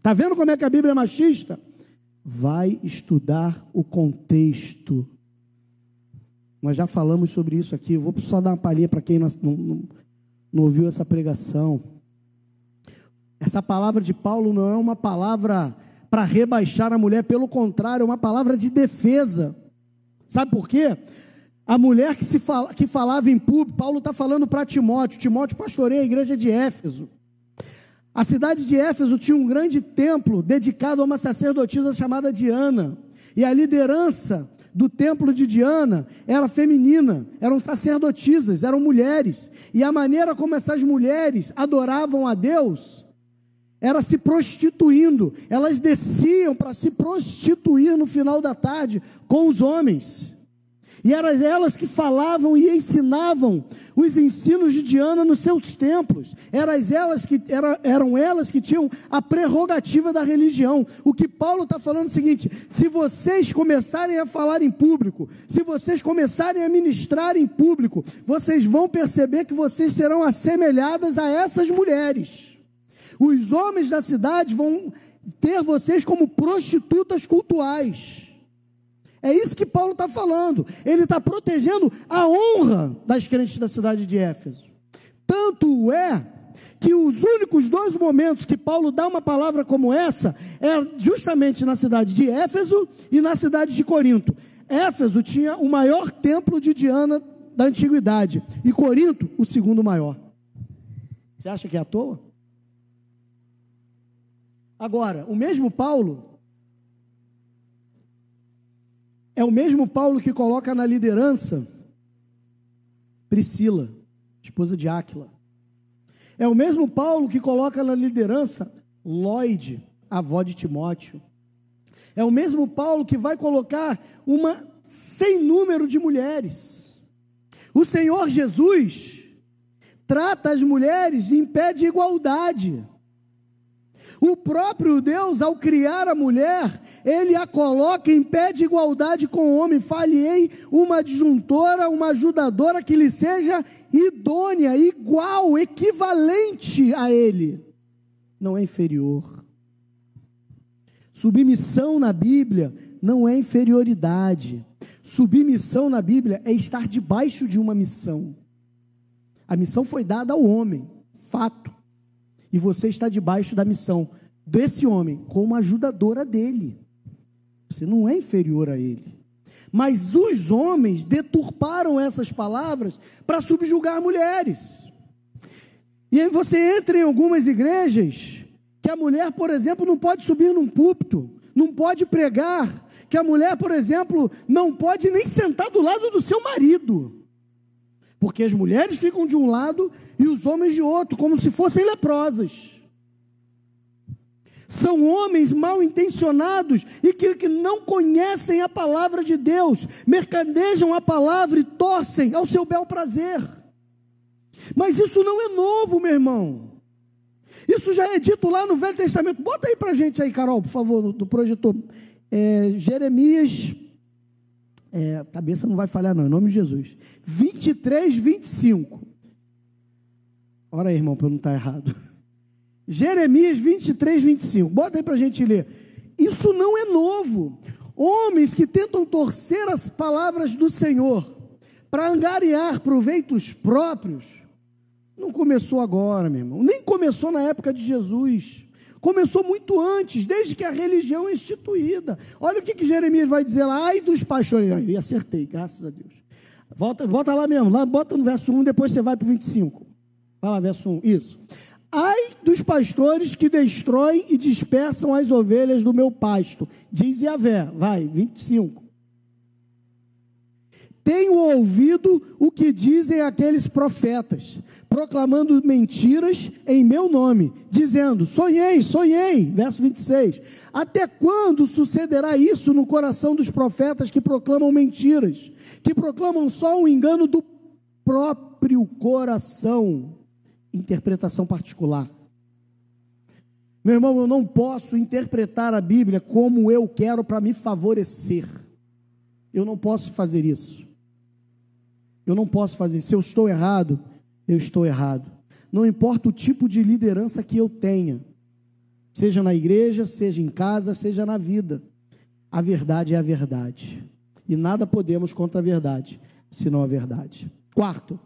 Está vendo como é que a Bíblia é machista? Vai estudar o contexto. Nós já falamos sobre isso aqui. Eu vou só dar uma palhinha para quem não ouviu essa pregação. Essa palavra de Paulo não é uma palavra para rebaixar a mulher, pelo contrário, é uma palavra de defesa. Sabe por quê? A mulher que falava em público, Paulo está falando para Timóteo. Timóteo pastoreia a igreja de Éfeso. A cidade de Éfeso tinha um grande templo dedicado a uma sacerdotisa chamada Diana. E a liderança do templo de Diana era feminina, eram sacerdotisas, eram mulheres. E a maneira como essas mulheres adoravam a Deus era se prostituindo. Elas desciam para se prostituir no final da tarde com os homens. E eram elas que falavam e ensinavam os ensinos de Diana nos seus templos. Eram elas que tinham a prerrogativa da religião. O que Paulo está falando é o seguinte: se vocês começarem a falar em público, se vocês começarem a ministrar em público, vocês vão perceber que vocês serão assemelhadas a essas mulheres. Os homens da cidade vão ter vocês como prostitutas cultuais. É isso que Paulo está falando. Ele está protegendo a honra das crentes da cidade de Éfeso. Tanto é que os únicos 2 momentos que Paulo dá uma palavra como essa é justamente na cidade de Éfeso e na cidade de Corinto. Éfeso tinha o maior templo de Diana da antiguidade e Corinto o segundo maior. Você acha que é à toa? Agora, o mesmo Paulo é o mesmo Paulo que coloca na liderança Priscila, esposa de Áquila. É o mesmo Paulo que coloca na liderança Lóide, avó de Timóteo. É o mesmo Paulo que vai colocar sem número de mulheres. O Senhor Jesus trata as mulheres em pé de igualdade. O próprio Deus, ao criar a mulher, Ele a coloca em pé de igualdade com o homem. Fale-ei uma adjuntora, uma ajudadora que lhe seja idônea, igual, equivalente a Ele. Não é inferior. Submissão na Bíblia não é inferioridade. Submissão na Bíblia é estar debaixo de uma missão. A missão foi dada ao homem, fato. E você está debaixo da missão desse homem, como ajudadora dele. Você não é inferior a ele. Mas os homens deturparam essas palavras para subjugar mulheres. E aí você entra em algumas igrejas, que a mulher, por exemplo, não pode subir num púlpito, não pode pregar, que a mulher, por exemplo, não pode nem sentar do lado do seu marido. Porque as mulheres ficam de um lado e os homens de outro, como se fossem leprosas. São homens mal intencionados e que não conhecem a palavra de Deus, mercadejam a palavra e torcem ao seu bel prazer. Mas isso não é novo, meu irmão. Isso já é dito lá no Velho Testamento. Bota aí pra gente aí, Carol, por favor, do projetor. Jeremias... a cabeça não vai falhar não, em nome de Jesus. 23, 25. Ora aí, irmão, para eu não estar errado. Jeremias 23, 25. Bota aí para a gente ler. Isso não é novo. Homens que tentam torcer as palavras do Senhor para angariar proveitos próprios, não começou agora, meu irmão. Nem começou na época de Jesus. Começou muito antes, desde que a religião é instituída. Olha o que Jeremias vai dizer lá. Ai dos pastores. Ai, acertei, graças a Deus. Volta lá mesmo, lá, bota no verso 1, depois você vai para o 25. Vai lá, verso 1, isso. Ai dos pastores que destroem e dispersam as ovelhas do meu pasto, diz Yahvé. Vai, 25. Tenho ouvido o que dizem aqueles profetas, proclamando mentiras em meu nome, dizendo, sonhei, verso 26, até quando sucederá isso no coração dos profetas que proclamam mentiras, que proclamam só o engano do próprio coração? Interpretação particular. Meu irmão, eu não posso interpretar a Bíblia como eu quero para me favorecer. Eu não posso fazer isso. Eu não posso fazer. Se eu estou errado, eu estou errado. Não importa o tipo de liderança que eu tenha. seja na igreja, seja em casa, seja na vida. A verdade é a verdade. E nada podemos contra a verdade, senão a verdade. Quarto,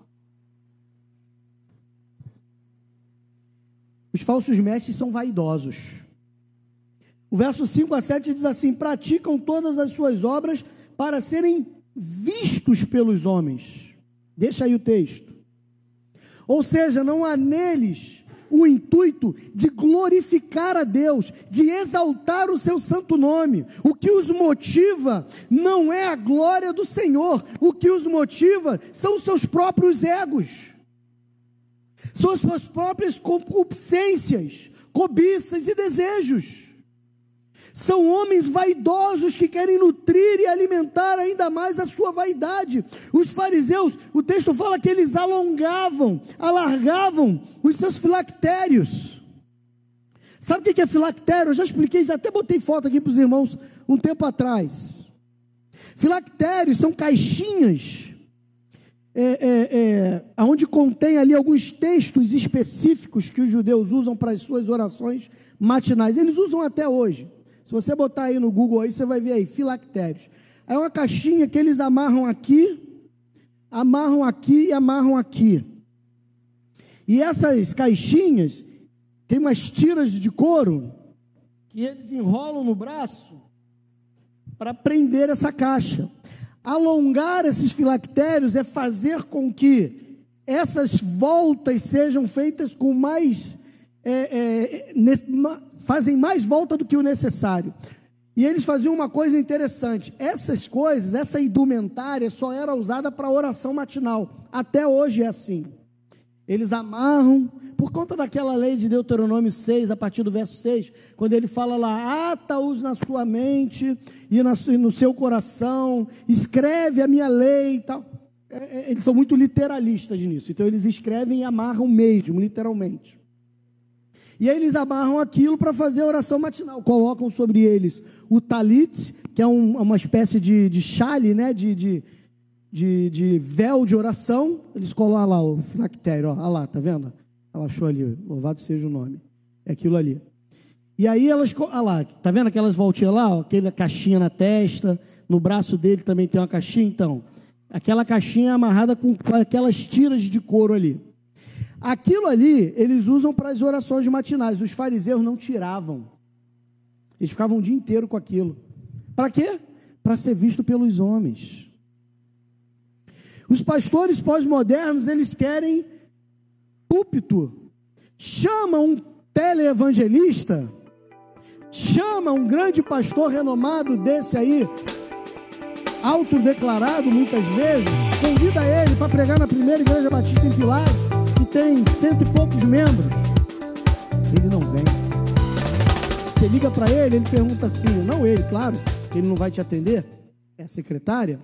os falsos mestres são vaidosos. O verso 5 a 7 diz assim: praticam todas as suas obras para serem vistos pelos homens. Deixa aí o texto. Ou seja, não há neles o intuito de glorificar a Deus, de exaltar o seu santo nome. O que os motiva não é a glória do Senhor, o que os motiva são os seus próprios egos, são as suas próprias concupiscências, cobiças e desejos. São homens vaidosos que querem nutrir e alimentar ainda mais a sua vaidade. Os fariseus, o texto fala que eles alargavam os seus filactérios. Sabe o que é filactério? Eu já expliquei, já até botei foto aqui para os irmãos um tempo atrás. Filactérios são caixinhas, onde contém ali alguns textos específicos que os judeus usam para as suas orações matinais. Eles usam até hoje. Se você botar aí no Google, aí você vai ver aí, filactérios. É uma caixinha que eles amarram aqui e amarram aqui. E essas caixinhas, tem umas tiras de couro, que eles enrolam no braço, para prender essa caixa. Alongar esses filactérios é fazer com que essas voltas sejam feitas com mais... fazem mais volta do que o necessário. E eles faziam uma coisa interessante. Essas coisas, essa indumentária só era usada para oração matinal. Até hoje é assim. Eles amarram, por conta daquela lei de Deuteronômio 6, a partir do verso 6, quando ele fala lá, ata-os na sua mente e no seu coração, escreve a minha lei e tal. Eles são muito literalistas nisso. Então eles escrevem e amarram mesmo, literalmente. E aí eles amarram aquilo para fazer a oração matinal. Colocam sobre eles o talit, que é uma espécie de chale, né? de véu de oração. Eles colocam lá o filactério, olha lá, tá vendo? Ela achou ali, louvado seja o nome. É aquilo ali. E aí elas, olha lá, tá vendo aquelas voltinhas lá? Ó, aquela caixinha na testa, no braço dele também tem uma caixinha. Então, aquela caixinha é amarrada com aquelas tiras de couro ali. Aquilo ali, eles usam para as orações matinais. Os fariseus não tiravam. Eles ficavam o dia inteiro com aquilo. Para quê? Para ser visto pelos homens. Os pastores pós-modernos, eles querem púlpito. Chama um teleevangelista, chama um grande pastor renomado desse aí, autodeclarado muitas vezes, convida ele para pregar na primeira igreja batista em Pilares, que tem 100 e poucos membros. Ele não vem. Você liga para ele, ele pergunta assim, não ele, claro, ele não vai te atender, é a secretária.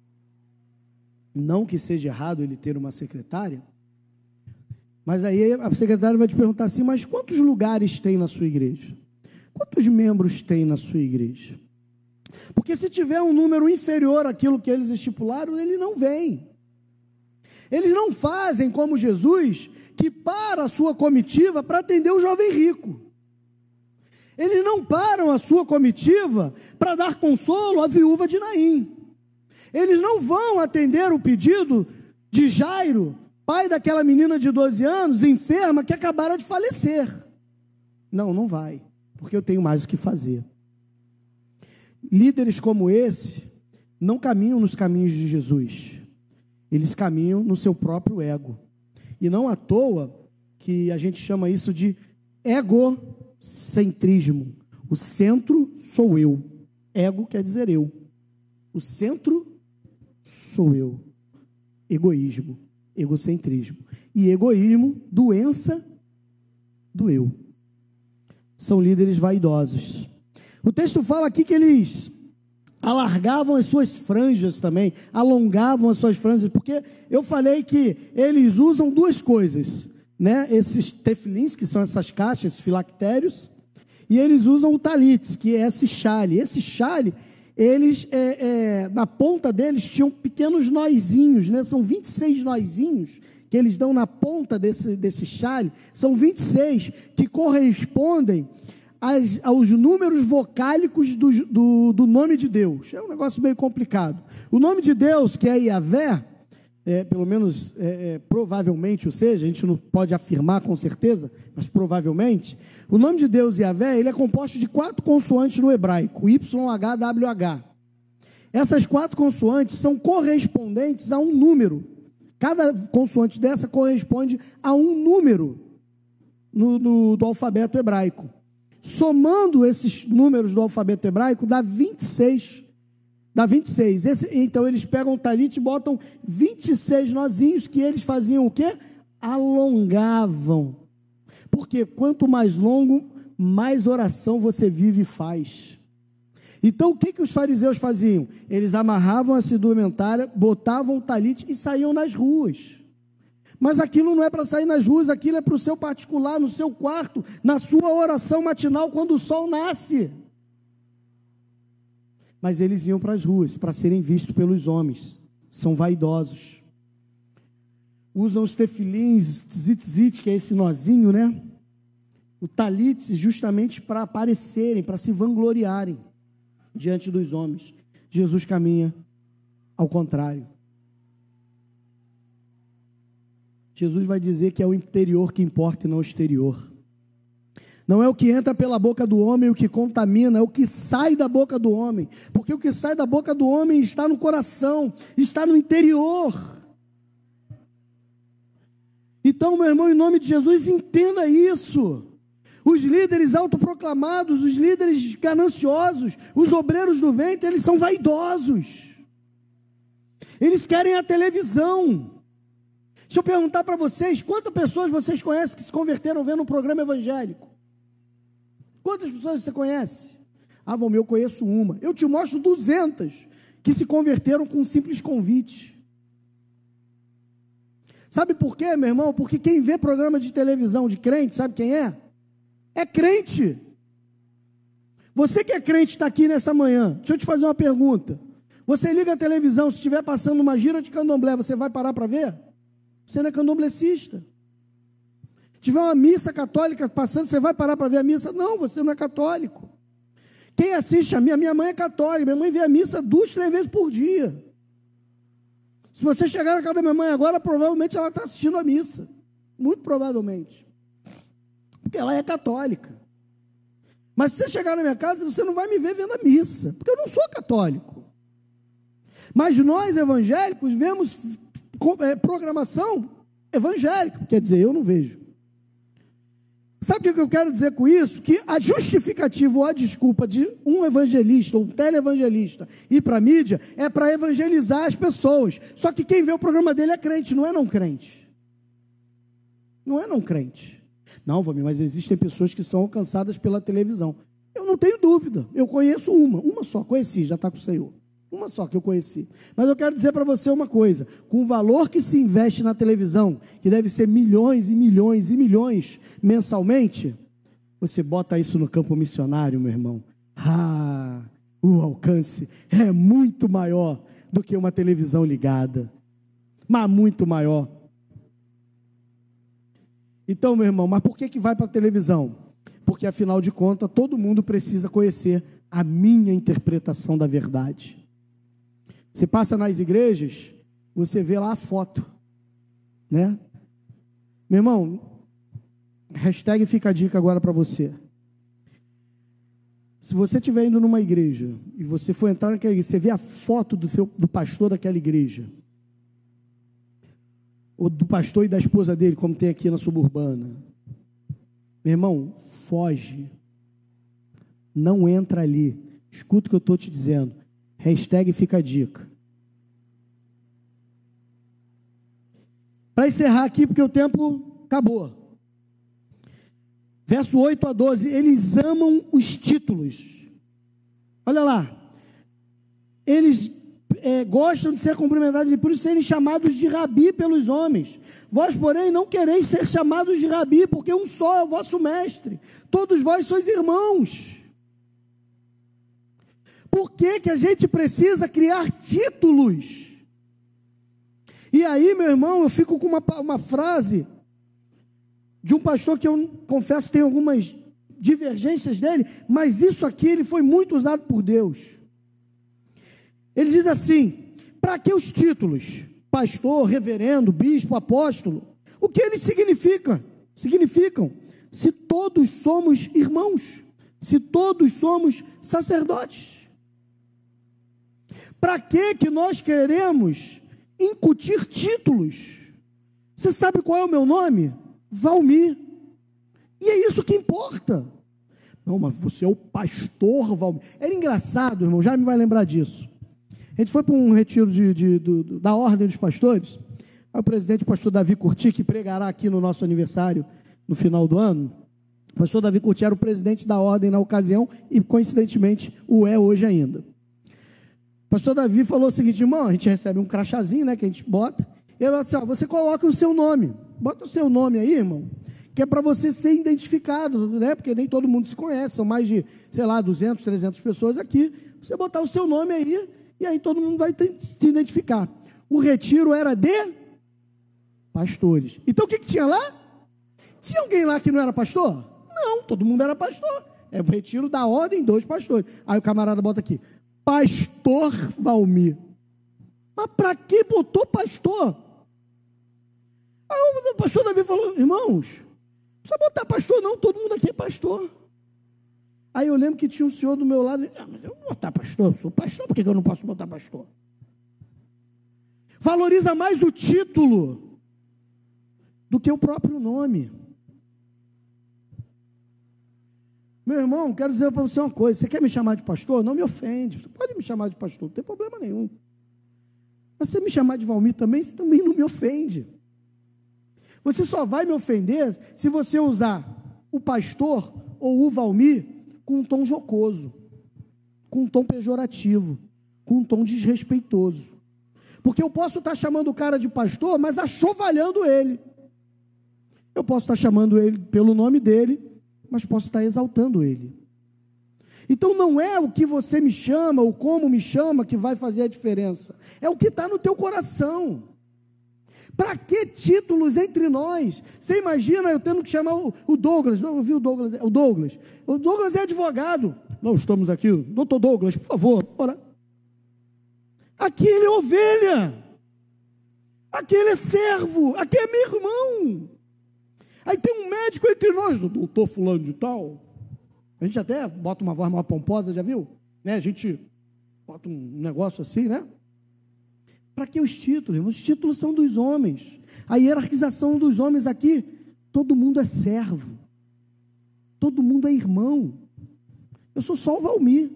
Não que seja errado ele ter uma secretária, mas aí a secretária vai te perguntar assim, mas quantos lugares tem na sua igreja? Quantos membros tem na sua igreja? Porque se tiver um número inferior àquilo que eles estipularam, ele não vem. Eles não fazem como Jesus, que para a sua comitiva para atender o jovem rico. Eles não param a sua comitiva para dar consolo à viúva de Naim. Eles não vão atender o pedido de Jairo, pai daquela menina de 12 anos, enferma, que acabara de falecer. Não, não vai, porque eu tenho mais o que fazer. Líderes como esse não caminham nos caminhos de Jesus. Eles caminham no seu próprio ego. E não à toa que a gente chama isso de egocentrismo. O centro sou eu. Ego quer dizer eu. O centro sou eu. Egoísmo, egocentrismo. E egoísmo, doença do eu. São líderes vaidosos. O texto fala aqui que eles alargavam as suas franjas também, alongavam as suas franjas, porque eu falei que eles usam duas coisas, né? Esses tefilins, que são essas caixas, esses filactérios, e eles usam o talit, que é esse chale. Esse chale, eles, na ponta deles tinham pequenos nozinhos, né? São 26 nozinhos que eles dão na ponta desse chale, são 26 que correspondem aos números vocálicos do nome de Deus. É um negócio meio complicado. O nome de Deus, que é Yahvé, pelo menos provavelmente, ou seja, a gente não pode afirmar com certeza, mas provavelmente, o nome de Deus Yahvé, ele é composto de 4 consoantes no hebraico, YHWH. Essas 4 consoantes são correspondentes a um número. Cada consoante dessa corresponde a um número do alfabeto hebraico. Somando esses números do alfabeto hebraico, dá 26. Então eles pegam o talit e botam 26 nozinhos que eles faziam o quê? Alongavam. Porque quanto mais longo, mais oração você vive e faz. Então o que os fariseus faziam? Eles amarravam a indumentária, botavam o talit e saíam nas ruas. Mas aquilo não é para sair nas ruas, aquilo é para o seu particular, no seu quarto, na sua oração matinal quando o sol nasce. Mas eles iam para as ruas, para serem vistos pelos homens. São vaidosos. Usam os tefilins, tzitzit, que é esse nozinho, né? O talit, justamente para aparecerem, para se vangloriarem diante dos homens. Jesus caminha ao contrário. Jesus vai dizer que é o interior que importa e não o exterior. Não é o que entra pela boca do homem o que contamina, é o que sai da boca do homem. Porque o que sai da boca do homem está no coração, está no interior. Então, meu irmão, em nome de Jesus, entenda isso. Os líderes autoproclamados, os líderes gananciosos, os obreiros do ventre, eles são vaidosos. Eles querem a televisão. Deixa eu perguntar para vocês, quantas pessoas vocês conhecem que se converteram vendo um programa evangélico? Quantas pessoas você conhece? Ah, bom, eu conheço uma. Eu te mostro 200 que se converteram com um simples convite. Sabe por quê, meu irmão? Porque quem vê programa de televisão de crente, sabe quem é? É crente. Você que é crente está aqui nessa manhã. Deixa eu te fazer uma pergunta. Você liga a televisão, se estiver passando uma gira de candomblé, você vai parar para ver? Você não é candomblecista. Se tiver uma missa católica passando, você vai parar para ver a missa? Não, você não é católico. Quem assiste a minha mãe é católica, minha mãe vê a missa 2, 3 vezes por dia. Se você chegar na casa da minha mãe agora, provavelmente ela está assistindo a missa. Muito provavelmente. Porque ela é católica. Mas se você chegar na minha casa, você não vai me ver vendo a missa, porque eu não sou católico. Mas nós evangélicos vemos programação evangélica, quer dizer, eu não vejo. Sabe o que eu quero dizer com isso? Que a justificativa ou a desculpa de um evangelista, um televangelista, ir para a mídia, é para evangelizar as pessoas. Só que quem vê o programa dele é crente, não é não crente. Não é não crente. Não, Vamir, mas existem pessoas que são alcançadas pela televisão. Eu não tenho dúvida, eu conheço uma só, conheci, já está com o Senhor. Uma só que eu conheci. Mas eu quero dizer para você uma coisa, com o valor que se investe na televisão, que deve ser milhões e milhões e milhões mensalmente, você bota isso no campo missionário, meu irmão. O alcance é muito maior do que uma televisão ligada. Mas muito maior. Então, meu irmão, mas por que vai para a televisão? Porque afinal de contas, todo mundo precisa conhecer a minha interpretação da verdade. Você passa nas igrejas, você vê lá a foto, né? Meu irmão, hashtag fica a dica agora para você. Se você estiver indo numa igreja, e você for entrar naquela igreja, você vê a foto do pastor daquela igreja, ou do pastor e da esposa dele, como tem aqui na suburbana. Meu irmão, foge. Não entra ali. Escuta o que eu estou te dizendo. Hashtag fica a dica. Para encerrar aqui, porque o tempo acabou. Verso 8 a 12, eles amam os títulos. Olha lá. Eles gostam de ser cumprimentados e por isso serem chamados de rabi pelos homens. Vós, porém, não quereis ser chamados de rabi, porque um só é o vosso mestre. Todos vós sois irmãos. Por que que a gente precisa criar títulos? E aí, meu irmão, eu fico com uma frase de um pastor que eu confesso tem algumas divergências dele, mas isso aqui ele foi muito usado por Deus. Ele diz assim: para que os títulos? Pastor, reverendo, bispo, apóstolo. O que eles significam? Se todos somos irmãos, se todos somos sacerdotes. Para que nós queremos incutir títulos? Você sabe qual é o meu nome? Valmir. E é isso que importa. Não, mas você é o pastor Valmir. Era engraçado, irmão, já me vai lembrar disso. A gente foi para um retiro da Ordem dos Pastores. Aí o presidente, o pastor Davi Curti, que pregará aqui no nosso aniversário no final do ano. O pastor Davi Curti era o presidente da Ordem na ocasião e, coincidentemente, o é hoje ainda. O pastor Davi falou o seguinte: irmão, a gente recebe um crachazinho, né, que a gente bota. E ele falou assim: ó, você coloca o seu nome. Bota o seu nome aí, irmão, que é para você ser identificado, né? Porque nem todo mundo se conhece, são mais de, 200, 300 pessoas aqui. Você botar o seu nome aí, e aí todo mundo vai se identificar. O retiro era de pastores. Então o que tinha lá? Tinha alguém lá que não era pastor? Não, todo mundo era pastor. É o retiro da Ordem dos Pastores. Aí o camarada bota aqui: Pastor Valmir. Mas para que botou pastor? Aí o pastor Davi falou: irmãos, não precisa botar pastor não, todo mundo aqui é pastor. Aí eu lembro que tinha um senhor do meu lado: mas eu vou botar pastor, eu sou pastor, por que eu não posso botar pastor? Valoriza mais o título do que o próprio nome. Meu irmão, quero dizer para você uma coisa: você quer me chamar de pastor? Não me ofende, você pode me chamar de pastor, não tem problema nenhum. Mas você me chamar de Valmir também não me ofende. Você só vai me ofender se você usar o pastor ou o Valmir com um tom jocoso, com um tom pejorativo, com um tom desrespeitoso. Porque eu posso estar chamando o cara de pastor, mas achovalhando ele. Eu posso estar chamando ele pelo nome dele, mas posso estar exaltando ele. Então não é o que você me chama, ou como me chama, que vai fazer a diferença. É o que está no teu coração. Para que títulos entre nós? Você imagina eu tendo que chamar o Douglas? Não, eu vi o Douglas. O Douglas é advogado. Nós estamos aqui, doutor Douglas, por favor, ora. Aqui ele é ovelha. Aqui ele é servo. Aqui é meu irmão. Aí tem um médico entre nós, o doutor fulano de tal. A gente até bota uma voz mais pomposa, já viu? Né? A gente bota um negócio assim, né? Para que os títulos? Os títulos são dos homens. A hierarquização dos homens aqui, todo mundo é servo. Todo mundo é irmão. Eu sou só o Valmir,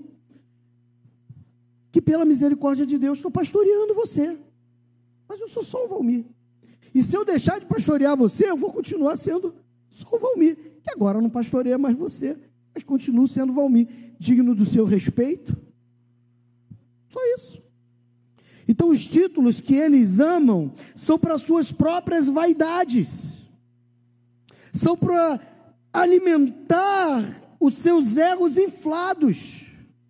que pela misericórdia de Deus estou pastoreando você. Mas eu sou só o Valmir. E se eu deixar de pastorear você, eu vou continuar sendo só o Valmir, que agora não pastoreia mais você, mas continuo sendo Valmir, digno do seu respeito. Só isso. Então os títulos que eles amam são para suas próprias vaidades, são para alimentar os seus egos inflados.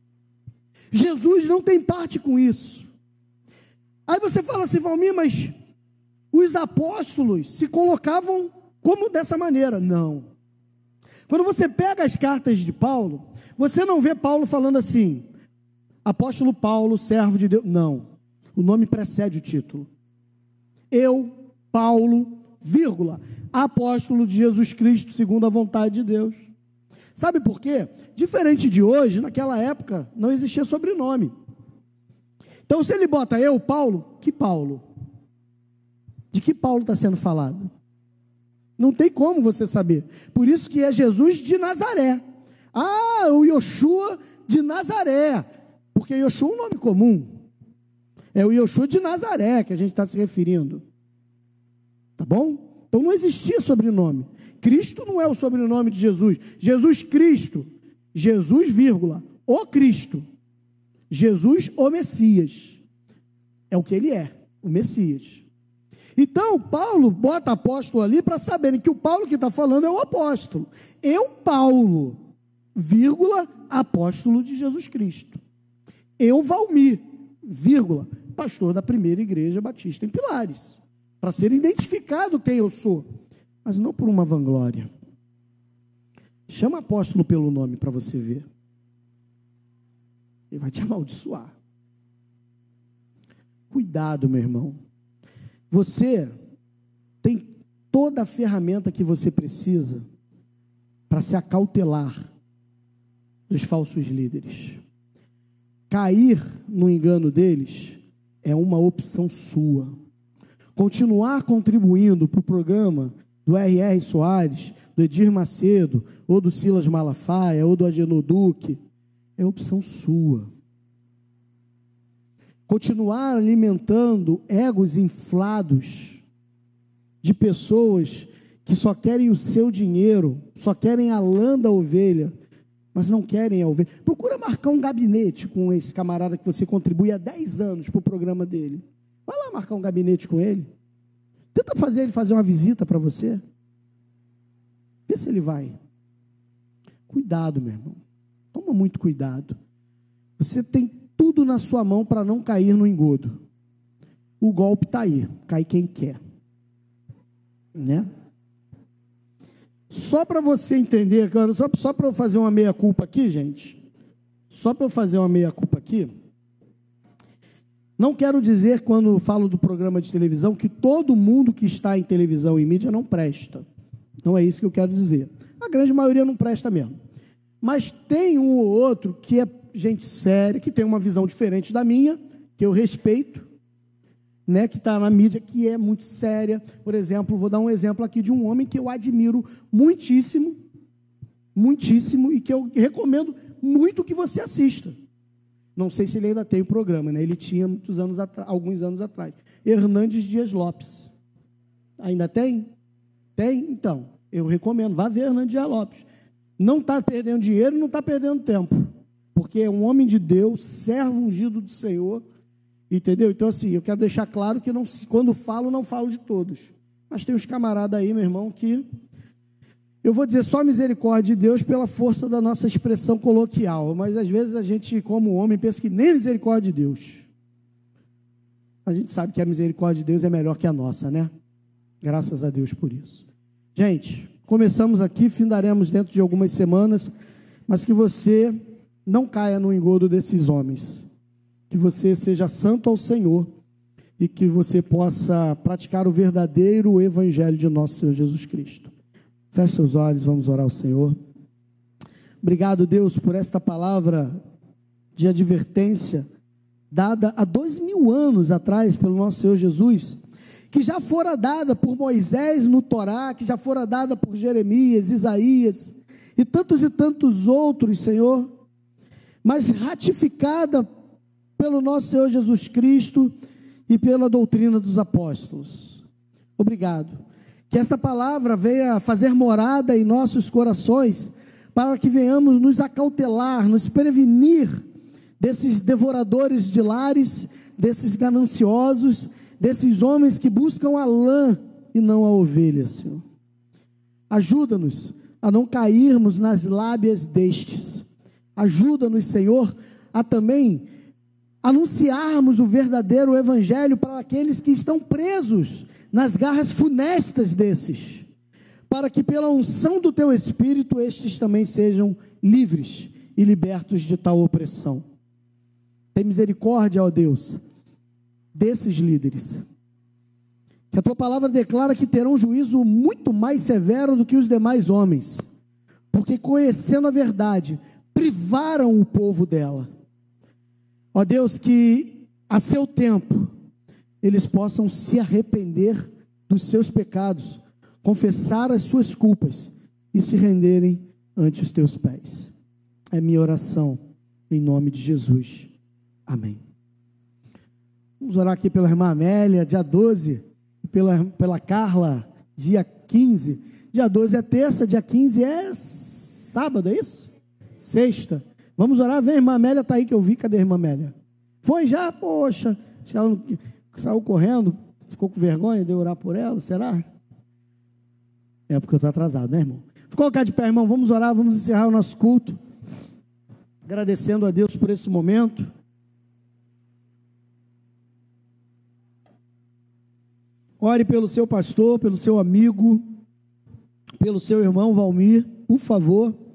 Jesus não tem parte com isso. Aí você fala assim: Valmir, mas os apóstolos se colocavam como dessa maneira? Não. Quando você pega as cartas de Paulo, você não vê Paulo falando assim: apóstolo Paulo, servo de Deus. Não. O nome precede o título. Eu, Paulo, vírgula, apóstolo de Jesus Cristo, segundo a vontade de Deus. Sabe por quê? Diferente de hoje, naquela época, não existia sobrenome. Então, se ele bota eu, Paulo, que Paulo? De que Paulo está sendo falado? Não tem como você saber. Por isso que é Jesus de Nazaré. Ah, o Yoshua de Nazaré. Porque Yoshua é um nome comum. É o Yoshua de Nazaré que a gente está se referindo. Tá bom? Então não existia sobrenome. Cristo não é o sobrenome de Jesus. Jesus Cristo. Jesus, vírgula, o Cristo. Jesus, o Messias. É o que ele é, o Messias. Então, Paulo bota apóstolo ali para saberem que o Paulo que está falando é o apóstolo. Eu, Paulo, vírgula, apóstolo de Jesus Cristo. Eu, Valmir, vírgula, pastor da primeira igreja batista em Pilares. Para ser identificado quem eu sou, mas não por uma vanglória. Chama apóstolo pelo nome para você ver. Ele vai te amaldiçoar. Cuidado, meu irmão. Você tem toda a ferramenta que você precisa para se acautelar dos falsos líderes. Cair no engano deles é uma opção sua. Continuar contribuindo para o programa do R.R. Soares, do Edir Macedo, ou do Silas Malafaia, ou do Agenor Duque, é opção sua. Continuar alimentando egos inflados de pessoas que só querem o seu dinheiro, só querem a lã da ovelha, mas não querem a ovelha. Procura marcar um gabinete com esse camarada que você contribui há 10 anos para o programa dele. Vai lá marcar um gabinete com ele. Tenta fazer ele fazer uma visita para você. Vê se ele vai. Cuidado, meu irmão. Toma muito cuidado. Você tem tudo na sua mão para não cair no engodo. O golpe está aí. Cai quem quer. Né? Só para você entender, só para eu fazer uma meia-culpa aqui, gente. Só para eu fazer uma meia-culpa aqui. Não quero dizer, quando falo do programa de televisão, que todo mundo que está em televisão e mídia não presta. Não é isso que eu quero dizer. A grande maioria não presta mesmo. Mas tem um ou outro que é gente séria, que tem uma visão diferente da minha, que eu respeito, né, que está na mídia, que é muito séria. Por exemplo, vou dar um exemplo aqui de um homem que eu admiro muitíssimo, muitíssimo, e que eu recomendo muito que você assista. Não sei se ele ainda tem o programa, né? Ele tinha alguns anos atrás. Hernandes Dias Lopes. Ainda tem? Tem? Então, eu recomendo. Vá ver Hernandes Dias Lopes. Não está perdendo dinheiro, não está perdendo tempo. Porque é um homem de Deus, servo ungido do Senhor. Entendeu? Então, assim, eu quero deixar claro que quando falo, não falo de todos. Mas tem uns camaradas aí, meu irmão, que... Eu vou dizer só misericórdia de Deus pela força da nossa expressão coloquial, mas às vezes a gente, como homem, pensa que nem misericórdia de Deus. A gente sabe que a misericórdia de Deus é melhor que a nossa, né? Graças a Deus por isso. Gente, começamos aqui, findaremos dentro de algumas semanas, mas que você não caia no engodo desses homens. Que você seja santo ao Senhor e que você possa praticar o verdadeiro evangelho de nosso Senhor Jesus Cristo. Feche seus olhos, vamos orar ao Senhor. Obrigado, Deus, por esta palavra de advertência, dada há 2000 anos atrás pelo nosso Senhor Jesus, que já fora dada por Moisés no Torá, que já fora dada por Jeremias, Isaías, e tantos outros, Senhor, mas ratificada pelo nosso Senhor Jesus Cristo e pela doutrina dos apóstolos. Obrigado. Que esta palavra venha fazer morada em nossos corações, para que venhamos nos acautelar, nos prevenir desses devoradores de lares, desses gananciosos, desses homens que buscam a lã e não a ovelha, Senhor. Ajuda-nos a não cairmos nas lábias destes. Ajuda-nos, Senhor, a também anunciarmos o verdadeiro evangelho para aqueles que estão presos nas garras funestas desses, para que pela unção do teu Espírito, estes também sejam livres e libertos de tal opressão. Tem misericórdia, ó Deus, desses líderes, que a tua palavra declara que terão juízo muito mais severo do que os demais homens, porque conhecendo a verdade, privaram o povo dela. Ó Deus, que a seu tempo, eles possam se arrepender dos seus pecados, confessar as suas culpas e se renderem ante os teus pés. É minha oração, em nome de Jesus. Amém. Vamos orar aqui pela irmã Amélia, dia 12, pela Carla, dia 15. Dia 12 é terça, dia 15 é sábado, é isso? Sexta. Vamos orar, vem, a irmã Amélia está aí que eu vi, cadê a irmã Amélia? Foi já? Poxa, ela não... Saiu correndo, ficou com vergonha de eu orar por ela, será? É porque eu estou atrasado, né, irmão? Vou colocar de pé, irmão, vamos orar, vamos encerrar o nosso culto, agradecendo a Deus por esse momento. Ore pelo seu pastor, pelo seu amigo, pelo seu irmão Valmir, por favor.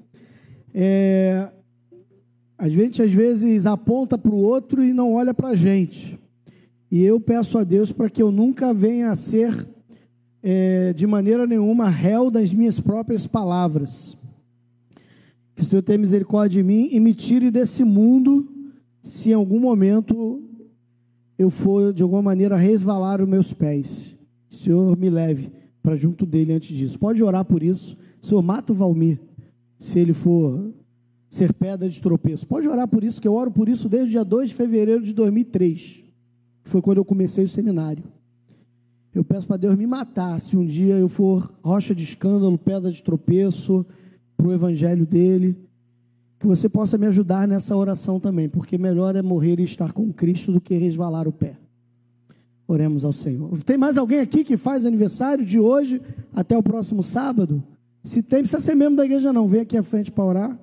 A gente às vezes aponta para o outro e não olha para a gente. E eu peço a Deus para que eu nunca venha a ser, de maneira nenhuma, réu das minhas próprias palavras. Que o Senhor tenha misericórdia de mim e me tire desse mundo, se em algum momento eu for, de alguma maneira, resvalar os meus pés. O Senhor me leve para junto dele antes disso. Pode orar por isso. Senhor, mata o Valmir, se ele for ser pedra de tropeço. Pode orar por isso, que eu oro por isso desde o dia 2 de fevereiro de 2003, que foi quando eu comecei o seminário. Eu peço para Deus me matar, se um dia eu for rocha de escândalo, pedra de tropeço, para o evangelho dele, que você possa me ajudar nessa oração também, porque melhor é morrer e estar com Cristo do que resvalar o pé. Oremos ao Senhor. Tem mais alguém aqui que faz aniversário de hoje até o próximo sábado? Se tem, precisa ser membro da igreja não, vem aqui à frente para orar.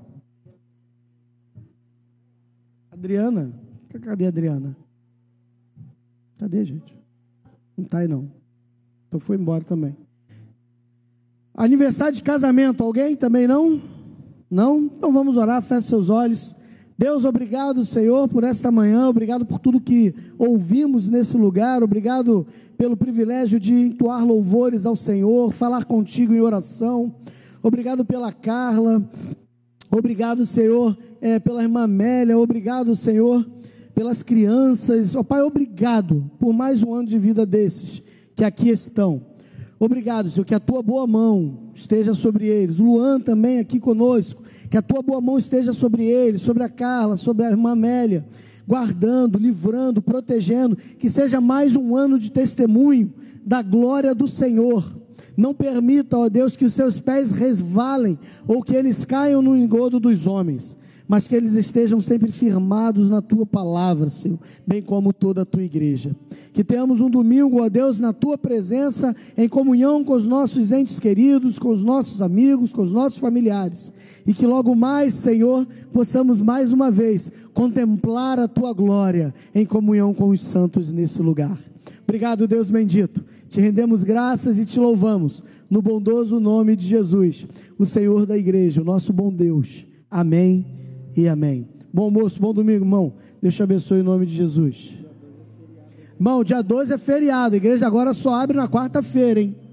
Adriana? Cadê a Adriana? Cadê, gente? Não está aí não. Então foi embora também. Aniversário de casamento, alguém também não? Não? Então vamos orar, feche seus olhos. Deus, obrigado, Senhor, por esta manhã, obrigado por tudo que ouvimos nesse lugar, obrigado pelo privilégio de entoar louvores ao Senhor, falar contigo em oração, obrigado pela Carla, obrigado, Senhor, pela irmã Amélia, obrigado, Senhor, pelas crianças, ó Pai, obrigado por mais um ano de vida desses que aqui estão. Obrigado, Senhor, que a tua boa mão esteja sobre eles. Luan também aqui conosco, que a tua boa mão esteja sobre eles, sobre a Carla, sobre a irmã Amélia, guardando, livrando, protegendo, que seja mais um ano de testemunho da glória do Senhor. Não permita, ó Deus, que os seus pés resvalem, ou que eles caiam no engodo dos homens, mas que eles estejam sempre firmados na tua palavra, Senhor, bem como toda a tua igreja. Que tenhamos um domingo, ó Deus, na tua presença, em comunhão com os nossos entes queridos, com os nossos amigos, com os nossos familiares, e que logo mais, Senhor, possamos mais uma vez contemplar a tua glória em comunhão com os santos nesse lugar. Obrigado, Deus bendito. Te rendemos graças e te louvamos no bondoso nome de Jesus, o Senhor da igreja, o nosso bom Deus. Amém e amém. Bom almoço, bom domingo, irmão. Deus te abençoe em nome de Jesus. Irmão, dia 12 é feriado. A igreja agora só abre na quarta-feira, hein?